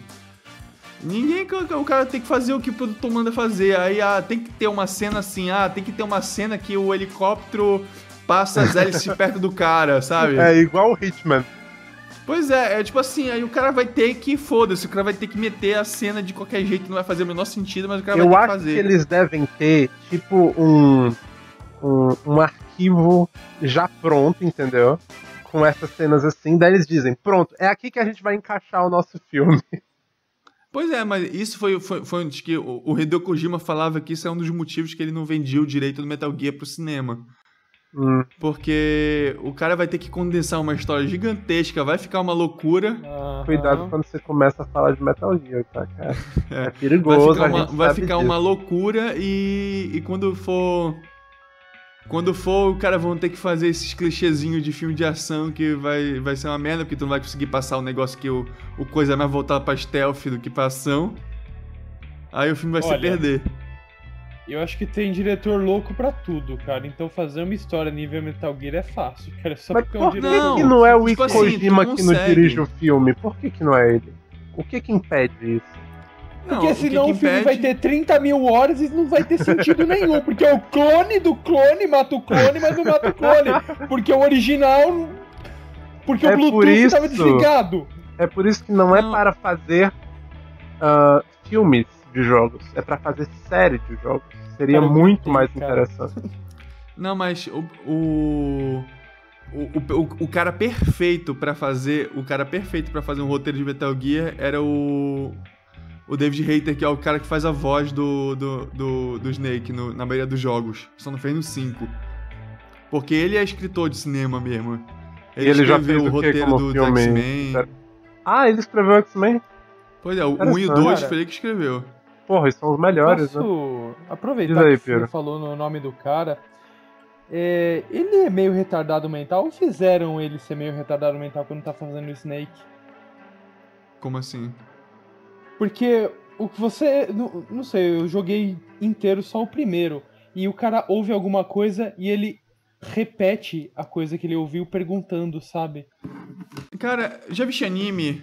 [SPEAKER 3] o cara tem que fazer o que o produtor manda fazer. Aí tem que ter uma cena assim, tem que ter uma cena que o helicóptero passa as hélices perto do cara, sabe?
[SPEAKER 1] É igual o Hitman.
[SPEAKER 3] Pois é tipo assim, aí o cara vai ter que, foda-se, o cara vai ter que meter a cena de qualquer jeito, não vai fazer o menor sentido, mas o cara vai ter que fazer.
[SPEAKER 1] Eu acho que eles devem ter, tipo, um arquivo já pronto, entendeu? Com essas cenas assim, daí eles dizem, pronto, é aqui que a gente vai encaixar o nosso filme.
[SPEAKER 3] Pois é, mas isso foi antes que o Hideo Kojima falava que isso é um dos motivos que ele não vendia o direito do Metal Gear pro cinema. Porque o cara vai ter que condensar uma história gigantesca, vai ficar uma loucura.
[SPEAKER 1] Cuidado quando você começa a falar de Metal Gear, tá, cara? É perigoso.
[SPEAKER 3] Vai ficar uma loucura e quando for, o cara vão ter que fazer esses clichêzinhos de filme de ação que vai ser uma merda, porque tu não vai conseguir passar o negócio que o coisa é mais voltado pra stealth do que pra ação. Aí o filme vai se perder.
[SPEAKER 2] Eu acho que tem diretor louco pra tudo, cara. Então fazer uma história nível Metal Gear é fácil, cara. Só
[SPEAKER 1] mas
[SPEAKER 2] porque
[SPEAKER 1] por que não é o Hideo Kojima que não dirige o filme? Por que não é ele? O que impede isso?
[SPEAKER 2] Porque senão o filme vai ter 30 mil horas e não vai ter sentido nenhum. Porque o clone do clone mata o clone, mas não mata o clone. Porque o original... Porque o Bluetooth estava desligado.
[SPEAKER 1] É por isso que não é para fazer filmes de jogos. É para fazer série de jogos. Seria muito mais interessante.
[SPEAKER 3] Não, mas o cara perfeito para fazer um roteiro de Metal Gear era o David Hayter, que é o cara que faz a voz do Snake na maioria dos jogos. Só não fez no 5. Porque ele é escritor de cinema mesmo.
[SPEAKER 1] Ele já fez o roteiro do X-Men. Ele escreveu o X-Men?
[SPEAKER 3] Pois é, o 1 e o 2 foi ele que escreveu.
[SPEAKER 1] Porra, eles são os melhores, né?
[SPEAKER 2] Aproveitar que você falou no nome do cara. Ele é meio retardado mental ou fizeram ele ser meio retardado mental quando tá fazendo o Snake?
[SPEAKER 3] Como assim?
[SPEAKER 2] Porque o que você... Não sei, eu joguei inteiro só o primeiro. E o cara ouve alguma coisa e ele repete a coisa que ele ouviu perguntando, sabe?
[SPEAKER 3] Cara, já viste anime?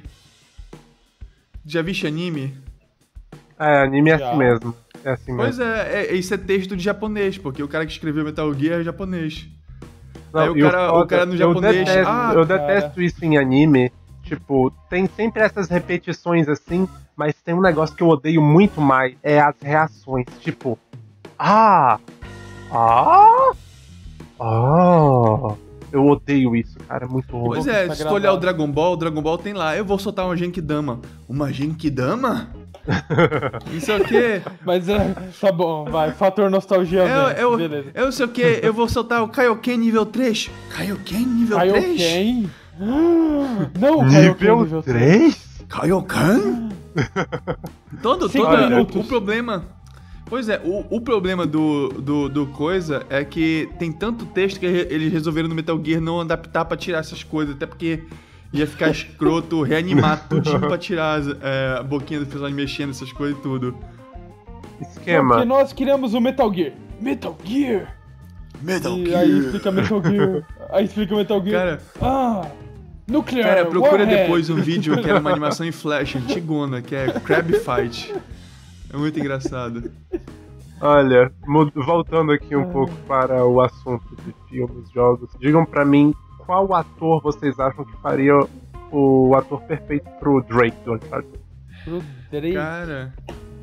[SPEAKER 1] Anime é assim mesmo. É assim
[SPEAKER 3] pois
[SPEAKER 1] mesmo.
[SPEAKER 3] Isso é texto de japonês, porque o cara que escreveu Metal Gear é japonês.
[SPEAKER 1] Não,
[SPEAKER 3] aí o cara no japonês...
[SPEAKER 1] Eu detesto isso em anime. Tipo, tem sempre essas repetições assim, mas tem um negócio que eu odeio muito mais, é as reações. Tipo, eu odeio isso, cara, é muito ruim.
[SPEAKER 3] Pois é, se tu olhar o Dragon Ball tem lá, eu vou soltar uma Genkidama. Uma Genkidama? Isso é o quê?
[SPEAKER 2] Mas tá bom, vai, fator nostalgia beleza.
[SPEAKER 3] Eu sei o quê, eu vou soltar o Kaioken nível 3. Kaioken nível 3?
[SPEAKER 2] Não,
[SPEAKER 1] nível 3?
[SPEAKER 3] Kaioken? Todo o problema... Pois é, o problema do coisa é que tem tanto texto que eles resolveram no Metal Gear não adaptar pra tirar essas coisas, até porque ia ficar escroto reanimar tudinho pra tirar a boquinha do personagem mexendo, essas coisas e tudo.
[SPEAKER 1] Esquema.
[SPEAKER 2] Porque nós criamos o Metal Gear. Metal Gear! Aí explica Metal Gear.
[SPEAKER 3] Cara,
[SPEAKER 2] Nuclear
[SPEAKER 3] cara, procura
[SPEAKER 2] Warhead.
[SPEAKER 3] depois um vídeo que era uma animação em flash antigona, que é Crab Fight. É muito engraçado.
[SPEAKER 1] Olha, voltando aqui um pouco para o assunto de filmes, jogos, digam pra mim qual ator vocês acham que faria o ator perfeito pro Drake do Uncharted?
[SPEAKER 2] Pro Drake?
[SPEAKER 3] Cara,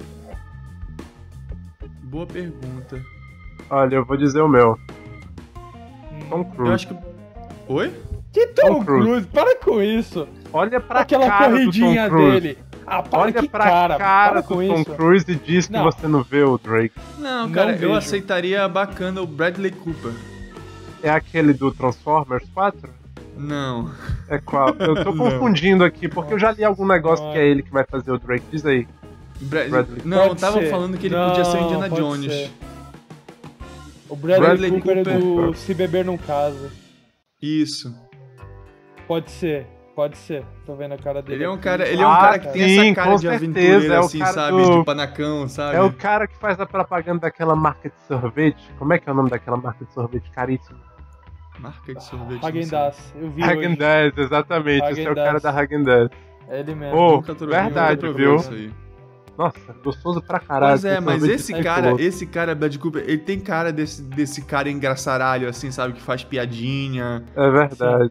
[SPEAKER 3] boa pergunta.
[SPEAKER 1] Olha, eu vou dizer o meu. Tom Cruise.
[SPEAKER 3] Eu acho que... Oi?
[SPEAKER 2] Que Tom Cruise? Para com isso!
[SPEAKER 1] Olha pra
[SPEAKER 2] aquela
[SPEAKER 1] cara
[SPEAKER 2] corridinha
[SPEAKER 1] do Tom Cruise.
[SPEAKER 2] dele. Para
[SPEAKER 1] Olha
[SPEAKER 2] que
[SPEAKER 1] pra
[SPEAKER 2] cara
[SPEAKER 1] cara
[SPEAKER 2] com
[SPEAKER 1] do
[SPEAKER 2] isso.
[SPEAKER 1] Tom Cruise e diz que você não vê o Drake.
[SPEAKER 3] Não, cara,
[SPEAKER 2] Não
[SPEAKER 3] eu
[SPEAKER 2] vejo.
[SPEAKER 3] aceitaria bacana o Bradley Cooper.
[SPEAKER 1] É aquele do Transformers 4?
[SPEAKER 3] Não.
[SPEAKER 1] É qual? Eu tô confundindo aqui, porque eu já li algum negócio que é ele que vai fazer o Drake. Diz aí. Bradley.
[SPEAKER 3] Não,
[SPEAKER 2] Pode
[SPEAKER 3] tava
[SPEAKER 2] ser.
[SPEAKER 3] falando que ele podia ser o Indiana
[SPEAKER 2] pode
[SPEAKER 3] Jones.
[SPEAKER 2] ser. O Bradley Cooper é
[SPEAKER 3] Cooper.
[SPEAKER 2] do Se Beber Não Casa.
[SPEAKER 3] Isso.
[SPEAKER 2] Pode ser. Tô vendo a cara dele.
[SPEAKER 3] Ele é um
[SPEAKER 2] aqui.
[SPEAKER 3] cara, que tem
[SPEAKER 1] sim,
[SPEAKER 3] essa cara
[SPEAKER 1] com
[SPEAKER 3] de
[SPEAKER 1] certeza,
[SPEAKER 3] aventureiro,
[SPEAKER 1] é o
[SPEAKER 3] assim,
[SPEAKER 1] cara
[SPEAKER 3] sabe?
[SPEAKER 1] do-
[SPEAKER 3] De panacão, sabe?
[SPEAKER 1] É o cara que faz a propaganda daquela marca de sorvete. Como é que é o nome daquela marca de sorvete caríssimo?
[SPEAKER 3] Marca de sorvete. não
[SPEAKER 2] Häagen-Dazs. Eu vi hoje.
[SPEAKER 1] Häagen-Dazs, exatamente. Esse é o cara
[SPEAKER 2] Häagen-Dazs.
[SPEAKER 1] da Häagen-Dazs.
[SPEAKER 2] É ele mesmo.
[SPEAKER 1] Ô,
[SPEAKER 3] Nunca
[SPEAKER 1] verdade,
[SPEAKER 3] provei
[SPEAKER 1] viu?
[SPEAKER 3] isso aí.
[SPEAKER 1] Nossa, gostoso pra caralho.
[SPEAKER 3] Pois é, mas
[SPEAKER 1] sorvete
[SPEAKER 3] esse
[SPEAKER 1] de
[SPEAKER 3] cara,
[SPEAKER 1] louco.
[SPEAKER 3] Bradley Cooper, ele tem cara desse cara engraçaralho, assim, sabe? Que faz piadinha.
[SPEAKER 1] É verdade.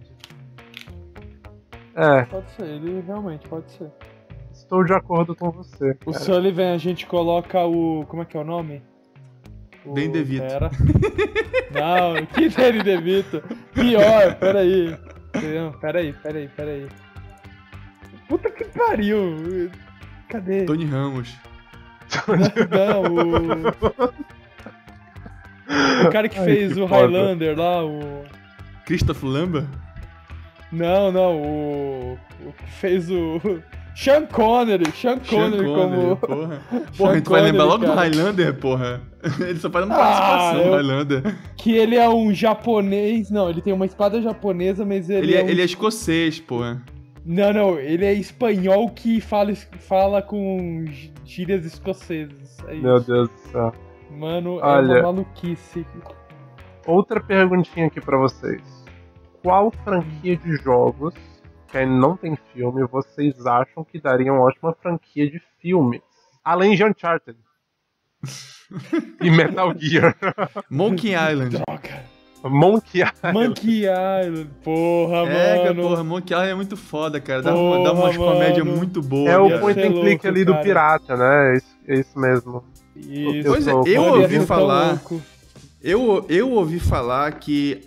[SPEAKER 1] É,
[SPEAKER 2] Pode ser, ele realmente pode ser.
[SPEAKER 1] estou de acordo com você.
[SPEAKER 2] O
[SPEAKER 1] cara.
[SPEAKER 2] Sullivan, a gente coloca o... Como é que é o nome?
[SPEAKER 3] Danny DeVito.
[SPEAKER 2] Pera. Não, que Danny DeVito? Pior, peraí. Peraí. Puta que pariu. Cadê?
[SPEAKER 3] Tony Ramos.
[SPEAKER 2] Não, o cara que fez
[SPEAKER 1] que
[SPEAKER 2] o
[SPEAKER 1] foda.
[SPEAKER 2] Highlander lá, o...
[SPEAKER 3] Christopher Lambert?
[SPEAKER 2] Não, o que fez o... Sean Connery como...
[SPEAKER 3] porra.
[SPEAKER 2] Sean
[SPEAKER 3] Porra, a gente vai lembrar
[SPEAKER 2] Connery,
[SPEAKER 3] logo do
[SPEAKER 2] cara.
[SPEAKER 3] Highlander, porra. Ele só faz uma participação no Highlander.
[SPEAKER 2] Que ele é um japonês... Não, ele tem uma espada japonesa, mas ele é um...
[SPEAKER 3] Ele é escocês, porra.
[SPEAKER 2] Não, ele é espanhol que fala com gírias escocesas. É isso.
[SPEAKER 1] Meu Deus do céu.
[SPEAKER 2] Mano,
[SPEAKER 1] Olha.
[SPEAKER 2] é uma maluquice.
[SPEAKER 1] Outra perguntinha aqui pra vocês. Qual franquia de jogos, que ainda não tem filme, vocês acham que daria uma ótima franquia de filmes? Além de Uncharted. E Metal Gear.
[SPEAKER 3] Monkey Island.
[SPEAKER 2] Droga.
[SPEAKER 1] Monkey Island.
[SPEAKER 2] Monkey Island. Porra, mano.
[SPEAKER 3] Porra, Monkey Island é muito foda, cara. Dá
[SPEAKER 2] Porra,
[SPEAKER 3] umas comédias
[SPEAKER 2] mano.
[SPEAKER 3] muito boas.
[SPEAKER 1] É o
[SPEAKER 3] cara.
[SPEAKER 1] point and
[SPEAKER 2] louco,
[SPEAKER 1] click ali do
[SPEAKER 2] cara.
[SPEAKER 1] pirata, né? É isso mesmo.
[SPEAKER 2] Isso.
[SPEAKER 3] Pois é,
[SPEAKER 1] Mano,
[SPEAKER 3] eu
[SPEAKER 2] ia
[SPEAKER 3] ouvi
[SPEAKER 2] ser tão
[SPEAKER 3] falar...
[SPEAKER 2] louco.
[SPEAKER 3] Eu ouvi falar que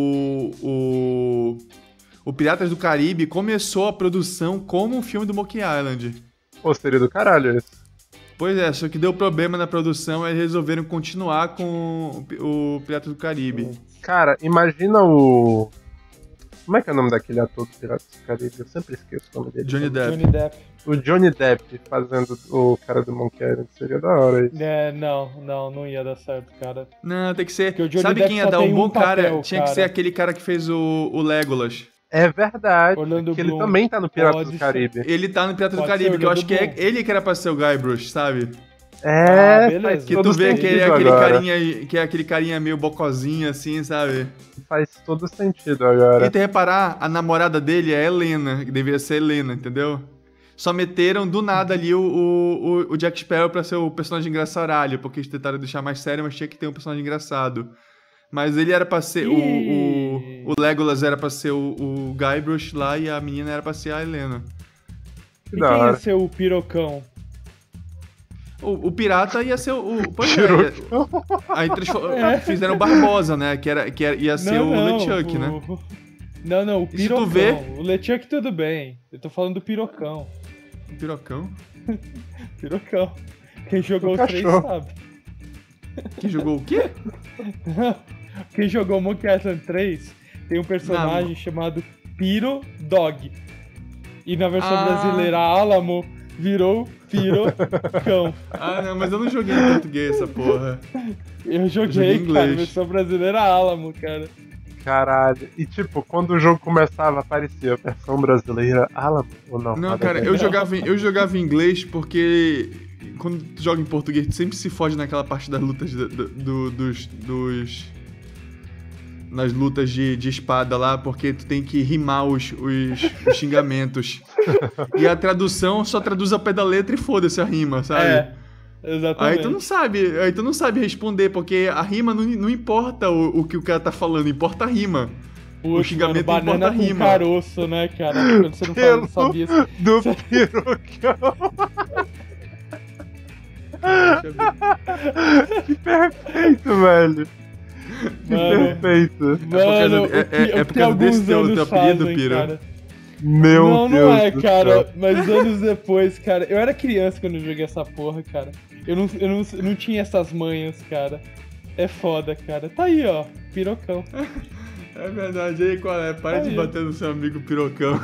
[SPEAKER 3] o Piratas do Caribe começou a produção como um filme do Monkey Island.
[SPEAKER 1] Pô, seria do caralho isso.
[SPEAKER 3] Pois é, só que deu problema na produção e eles resolveram continuar com o Piratas do Caribe.
[SPEAKER 1] Cara, imagina o... Como é que é o nome daquele ator do Piratas do Caribe? Eu sempre esqueço o nome dele.
[SPEAKER 3] Johnny Depp.
[SPEAKER 2] Johnny Depp.
[SPEAKER 1] O Johnny Depp fazendo o cara do Monkey Island. Seria da hora isso.
[SPEAKER 2] É, não ia dar certo, cara.
[SPEAKER 3] Não, tem que ser...
[SPEAKER 2] Porque o Johnny
[SPEAKER 3] Sabe
[SPEAKER 2] Depp
[SPEAKER 3] quem ia
[SPEAKER 2] só
[SPEAKER 3] dar
[SPEAKER 2] tem
[SPEAKER 3] um bom
[SPEAKER 2] um papel,
[SPEAKER 3] cara? Tinha que
[SPEAKER 2] cara.
[SPEAKER 3] ser aquele cara que fez o Legolas.
[SPEAKER 1] É verdade.
[SPEAKER 2] Orlando
[SPEAKER 1] Que ele
[SPEAKER 2] Bloom.
[SPEAKER 1] também tá no Piratas
[SPEAKER 2] Pode
[SPEAKER 1] do
[SPEAKER 2] ser.
[SPEAKER 1] Caribe.
[SPEAKER 3] Ele tá no Piratas do
[SPEAKER 2] Pode
[SPEAKER 3] Caribe,
[SPEAKER 2] ser
[SPEAKER 3] que eu
[SPEAKER 2] Orlando
[SPEAKER 3] acho que é
[SPEAKER 2] Bloom.
[SPEAKER 3] ele que era pra ser o Guybrush, sabe?
[SPEAKER 1] É,
[SPEAKER 2] beleza.
[SPEAKER 1] faz
[SPEAKER 3] Que
[SPEAKER 1] todo
[SPEAKER 3] tu vê
[SPEAKER 1] sentido
[SPEAKER 3] que é aquele
[SPEAKER 1] agora.
[SPEAKER 3] carinha, que é aquele carinha meio bocozinho, assim, sabe?
[SPEAKER 1] Faz todo sentido agora.
[SPEAKER 3] E tu reparar, a namorada dele é a Helena, que deveria ser Helena, entendeu? Só meteram do nada ali o Jack Sparrow pra ser o personagem engraçaralho, porque eles tentaram deixar mais sério, mas tinha que ter um personagem engraçado. Mas ele era pra ser... O Legolas era pra ser o Guybrush lá e a menina era pra ser a Helena.
[SPEAKER 2] E
[SPEAKER 1] Que da
[SPEAKER 2] quem ia
[SPEAKER 1] hora.
[SPEAKER 2] ser o pirocão?
[SPEAKER 3] O pirata ia ser o... Pois
[SPEAKER 1] Tirou.
[SPEAKER 3] aí fizeram o Barbosa, né? Ia ser o LeChuck, né?
[SPEAKER 2] Não, o
[SPEAKER 3] E se tu
[SPEAKER 2] pirocão.
[SPEAKER 3] vê-
[SPEAKER 2] O LeChuck tudo bem. Eu tô falando do pirocão.
[SPEAKER 3] O pirocão?
[SPEAKER 2] Pirocão. Quem jogou
[SPEAKER 1] O
[SPEAKER 2] os 3
[SPEAKER 1] cachorro.
[SPEAKER 2] sabe.
[SPEAKER 3] Que jogou o quê?
[SPEAKER 2] Quem jogou Monkey Island 3 tem um personagem chamado Piro Dog. E na versão brasileira, Alamo virou Piro Cão.
[SPEAKER 3] Ah, não, mas eu não joguei em português essa porra.
[SPEAKER 2] Eu joguei, cara, versão brasileira Alamo, cara.
[SPEAKER 1] Caralho. E tipo, quando o jogo começava, aparecia a versão brasileira Alamo ou não?
[SPEAKER 3] Não, cara, eu jogava em inglês porque quando tu joga em português, tu sempre se foge naquela parte das lutas nas lutas de espada lá, porque tu tem que rimar os xingamentos. E a tradução só traduz ao pé da letra e foda-se a rima, sabe?
[SPEAKER 2] Exatamente.
[SPEAKER 3] Aí tu não sabe responder, porque a rima não importa o que o cara tá falando, importa a rima.
[SPEAKER 2] Puxa,
[SPEAKER 3] o xingamento
[SPEAKER 2] mano,
[SPEAKER 3] importa a
[SPEAKER 2] banana
[SPEAKER 3] rima.
[SPEAKER 2] Com caroço, né, cara? Quando você não sabia...
[SPEAKER 1] Do pirocão. Que perfeito, velho. Que perfeito.
[SPEAKER 2] Mano,
[SPEAKER 3] é por causa desse teu apelido, Piro?
[SPEAKER 2] Cara.
[SPEAKER 1] Meu Deus.
[SPEAKER 2] Não é, cara. Mas anos depois, cara. Eu era criança quando eu joguei essa porra, cara. Eu não tinha essas manhas, cara. É foda, cara. Tá aí, ó. Pirocão.
[SPEAKER 3] É verdade. E aí, qual é? Para de bater no seu amigo Pirocão.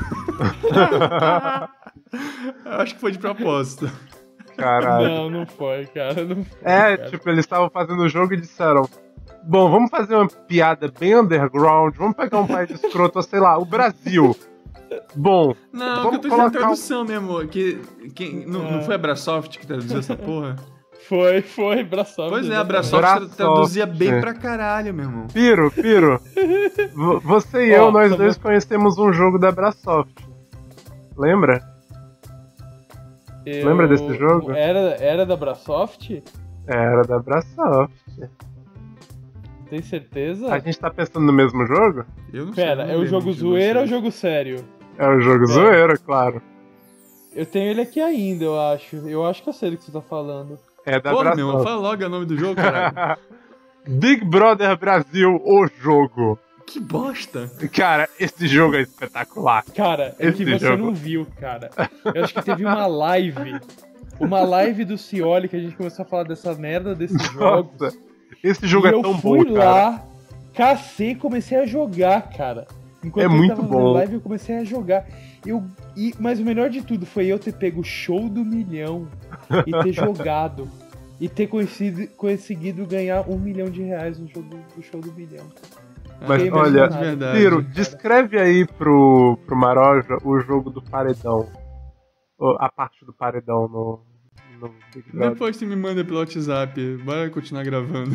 [SPEAKER 3] Eu acho que foi de propósito.
[SPEAKER 1] Caralho.
[SPEAKER 2] Não foi, cara. Não foi,
[SPEAKER 1] cara.
[SPEAKER 2] Tipo,
[SPEAKER 1] eles estavam fazendo o jogo e disseram: bom, vamos fazer uma piada bem underground, vamos pegar um país escroto, sei lá, o Brasil. Bom,
[SPEAKER 3] não, que eu tô dizendo a tradução mesmo. Não foi a Brasoft que traduziu essa porra?
[SPEAKER 2] Foi, Brasoft.
[SPEAKER 3] Pois é, a Brasoft traduzia bem pra caralho, meu irmão.
[SPEAKER 1] Piro, você e eu, nós dois conhecemos um jogo da Brasoft. Lembra? Lembra desse jogo?
[SPEAKER 2] Era da Brasoft?
[SPEAKER 1] Era da Brasoft.
[SPEAKER 2] Tem certeza?
[SPEAKER 1] A gente tá pensando no mesmo jogo?
[SPEAKER 2] Eu não sei. Pera, é o jogo zoeira ou o jogo sério?
[SPEAKER 1] É o jogo zoeira, claro.
[SPEAKER 2] Eu tenho ele aqui ainda, eu acho. Eu acho que eu sei do que você tá falando.
[SPEAKER 1] É da Brasoft.
[SPEAKER 3] Meu irmão, fala logo o nome do jogo, caralho.
[SPEAKER 1] Big Brother Brasil, o jogo.
[SPEAKER 3] Que bosta.
[SPEAKER 1] Cara, esse jogo é espetacular.
[SPEAKER 2] Cara, é que você não viu, cara. Eu acho que teve uma live do Cioli que a gente começou a falar dessa merda desses jogos.
[SPEAKER 1] Esse jogo é tão bom, cara. Eu fui
[SPEAKER 2] lá, cacei e comecei a jogar, cara. Enquanto eu
[SPEAKER 1] muito
[SPEAKER 2] tava
[SPEAKER 1] bom.
[SPEAKER 2] live, eu comecei a jogar. Mas o melhor de tudo foi eu ter pego o show do milhão e ter jogado. E ter conseguido ganhar R$1 milhão no jogo do show do milhão.
[SPEAKER 1] Mas olha, Ciro, descreve aí pro Maroja o jogo do paredão. A parte do paredão no Big Brother.
[SPEAKER 3] Depois você me manda pelo WhatsApp. Bora continuar gravando.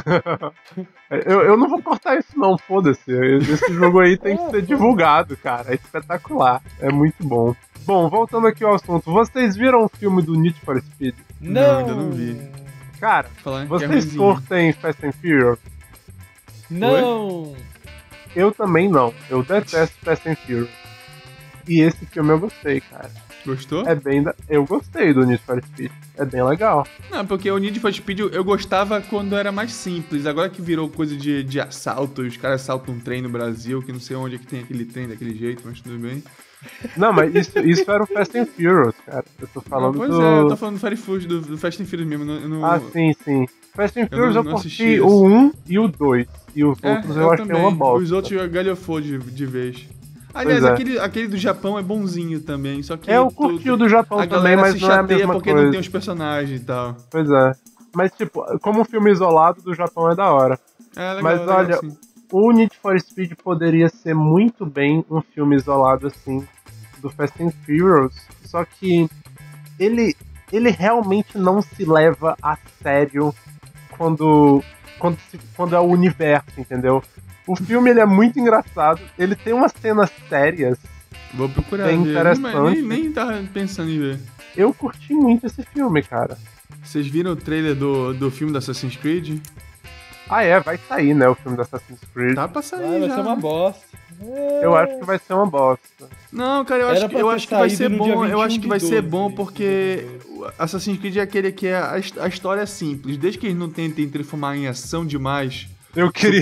[SPEAKER 1] eu não vou cortar isso não, foda-se. Esse jogo aí tem que ser divulgado, cara. É espetacular. É muito bom. Bom, voltando aqui ao assunto. Vocês viram o filme do Need for Speed?
[SPEAKER 3] Não, ainda não vi.
[SPEAKER 1] Cara, vocês curtem Fast and Furious?
[SPEAKER 2] Não!
[SPEAKER 1] Eu também não. Eu detesto Fast and Furious. E esse filme eu gostei, cara.
[SPEAKER 3] Gostou?
[SPEAKER 1] Eu gostei do Need for Speed. É bem legal.
[SPEAKER 3] Não, porque o Need for Speed eu gostava quando era mais simples. Agora que virou coisa de assalto, os caras assaltam um trem no Brasil, que não sei onde é que tem aquele trem daquele jeito, mas tudo bem.
[SPEAKER 1] Não, mas isso era o Fast and Furious, cara. Eu tô falando
[SPEAKER 3] eu tô falando do Fast and Furious mesmo.
[SPEAKER 1] Sim. Fast and Furious eu curti o 1 e o 2. E os outros eu achei uma bosta.
[SPEAKER 3] Os outros galhofou de vez. Aliás, aquele do Japão é bonzinho também, só que...
[SPEAKER 1] Eu curti o do Japão também, mas não é a mesma
[SPEAKER 3] porque
[SPEAKER 1] coisa.
[SPEAKER 3] Não tem os personagens e tal.
[SPEAKER 1] Pois é. Mas, tipo, como um filme isolado do Japão é da hora.
[SPEAKER 3] Legal,
[SPEAKER 1] mas olha,
[SPEAKER 3] sim.
[SPEAKER 1] O Need for Speed poderia ser muito bem um filme isolado, assim, do Fast and Furious, só que ele realmente não se leva a sério quando é o universo, entendeu? O filme ele é muito engraçado, ele tem umas cenas sérias.
[SPEAKER 3] Vou procurar
[SPEAKER 1] bem
[SPEAKER 3] ver.
[SPEAKER 1] Interessante.
[SPEAKER 3] Nem tava pensando em ver.
[SPEAKER 1] Eu curti muito esse filme, cara.
[SPEAKER 3] Vocês viram o trailer do filme do Assassin's Creed?
[SPEAKER 1] Vai sair, né, o filme do Assassin's Creed.
[SPEAKER 3] Tá pra sair,
[SPEAKER 2] vai ser uma bosta.
[SPEAKER 1] Eu acho que vai ser uma bosta.
[SPEAKER 3] Não, cara, eu acho que vai ser bom. Eu acho que vai ser bom porque Assassin's Creed é aquele que a história é simples. Desde que eles não tentem transformar em ação demais.
[SPEAKER 1] Eu queria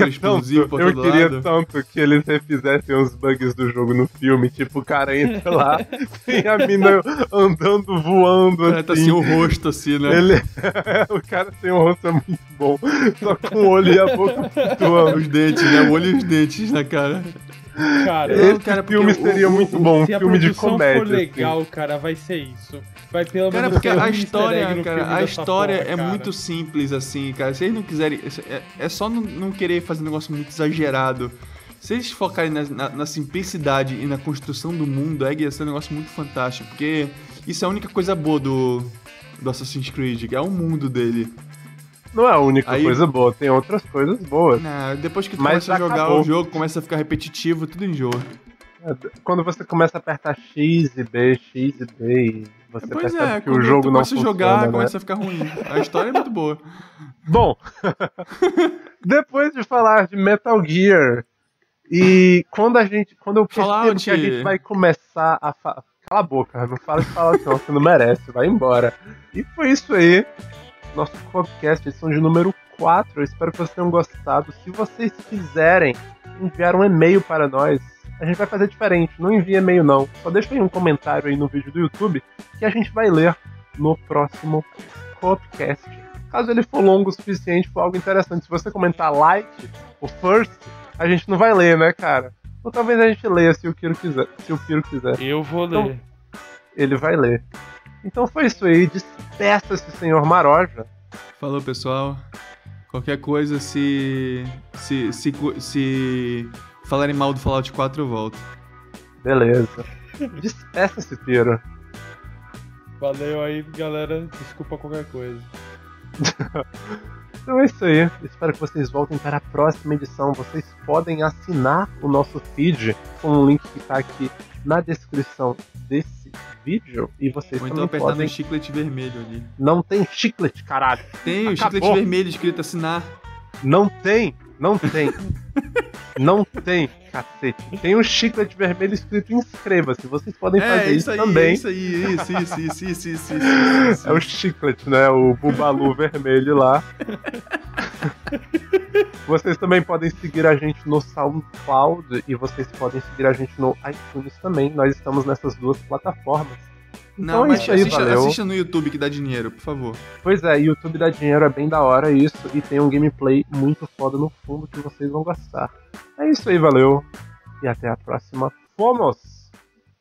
[SPEAKER 1] tanto que eles refizessem os bugs do jogo no filme. Tipo, o cara entra lá, tem a mina andando, voando, assim.
[SPEAKER 3] Tá sem o rosto, assim, né?
[SPEAKER 1] O cara sem o rosto é muito bom. Só com o olho e a boca flutuando.
[SPEAKER 3] Os dentes, né? O olho e os dentes na cara.
[SPEAKER 2] Cara,
[SPEAKER 1] esse filme seria muito bom, um filme de comédia.
[SPEAKER 2] Se a produção for legal, cara, vai ser isso. Vai pelo
[SPEAKER 3] menos
[SPEAKER 2] porque
[SPEAKER 3] a história é muito simples, assim, cara. Se eles não quiserem... É só não querer fazer um negócio muito exagerado. Se eles focarem na simplicidade e na construção do mundo, ia ser um negócio muito fantástico. Porque isso é a única coisa boa do Assassin's Creed, que é o mundo dele.
[SPEAKER 1] Não é a única coisa boa, tem outras coisas boas.
[SPEAKER 3] Depois que tu começa a jogar o jogo, começa a ficar repetitivo, tudo enjoa.
[SPEAKER 1] Quando você começa a apertar X e B, e você percebe que o jogo não funciona,
[SPEAKER 3] jogar,
[SPEAKER 1] né?
[SPEAKER 3] começa a ficar ruim. A história é muito boa.
[SPEAKER 1] Bom, depois de falar de Metal Gear, e quando eu percebo que a gente vai começar a falar... Cala a boca, não fala de Fallout não, você não merece, vai embora. E foi isso aí. Nosso podcast, edição de número 4. Eu espero que vocês tenham gostado. Se vocês quiserem enviar um e-mail para nós, a gente vai fazer diferente. Não envie e-mail não. Só deixa aí um comentário aí no vídeo do YouTube que a gente vai ler no próximo podcast. Caso ele for longo o suficiente, for algo interessante. Se você comentar like, o first, a gente não vai ler, né, cara? Ou talvez a gente leia se o Kiro quiser.
[SPEAKER 2] Eu vou ler.
[SPEAKER 1] Ele vai ler. Então foi isso aí. Despeça-se, senhor Maroja.
[SPEAKER 3] Falou, pessoal. Qualquer coisa, se falarem mal do Fallout 4, eu volto.
[SPEAKER 1] Beleza. Despeça-se, Piro.
[SPEAKER 2] Valeu aí, galera. Desculpa qualquer coisa.
[SPEAKER 1] Então é isso aí. Espero que vocês voltem para a próxima edição. Vocês podem assinar o nosso feed com um link que está aqui na descrição desse vídeo. E vocês
[SPEAKER 3] Ou então apertar no chiclete vermelho ali.
[SPEAKER 1] Não tem chiclete, caralho.
[SPEAKER 3] Tem o chiclete vermelho escrito assinar.
[SPEAKER 1] Não tem. Não tem, cacete. Tem um chiclete vermelho escrito inscreva-se. Vocês podem fazer isso
[SPEAKER 3] aí,
[SPEAKER 1] também.
[SPEAKER 3] Isso.
[SPEAKER 1] É o chiclete, né? O bubalu vermelho lá. Vocês também podem seguir a gente no SoundCloud e vocês podem seguir a gente no iTunes também. Nós estamos nessas duas plataformas. Então
[SPEAKER 3] não, mas isso aí, assista no YouTube que dá dinheiro, por favor.
[SPEAKER 1] Pois é, YouTube dá dinheiro, é bem da hora isso. E tem um gameplay muito foda no fundo que vocês vão gostar. É isso aí, valeu. E até a próxima. Fomos!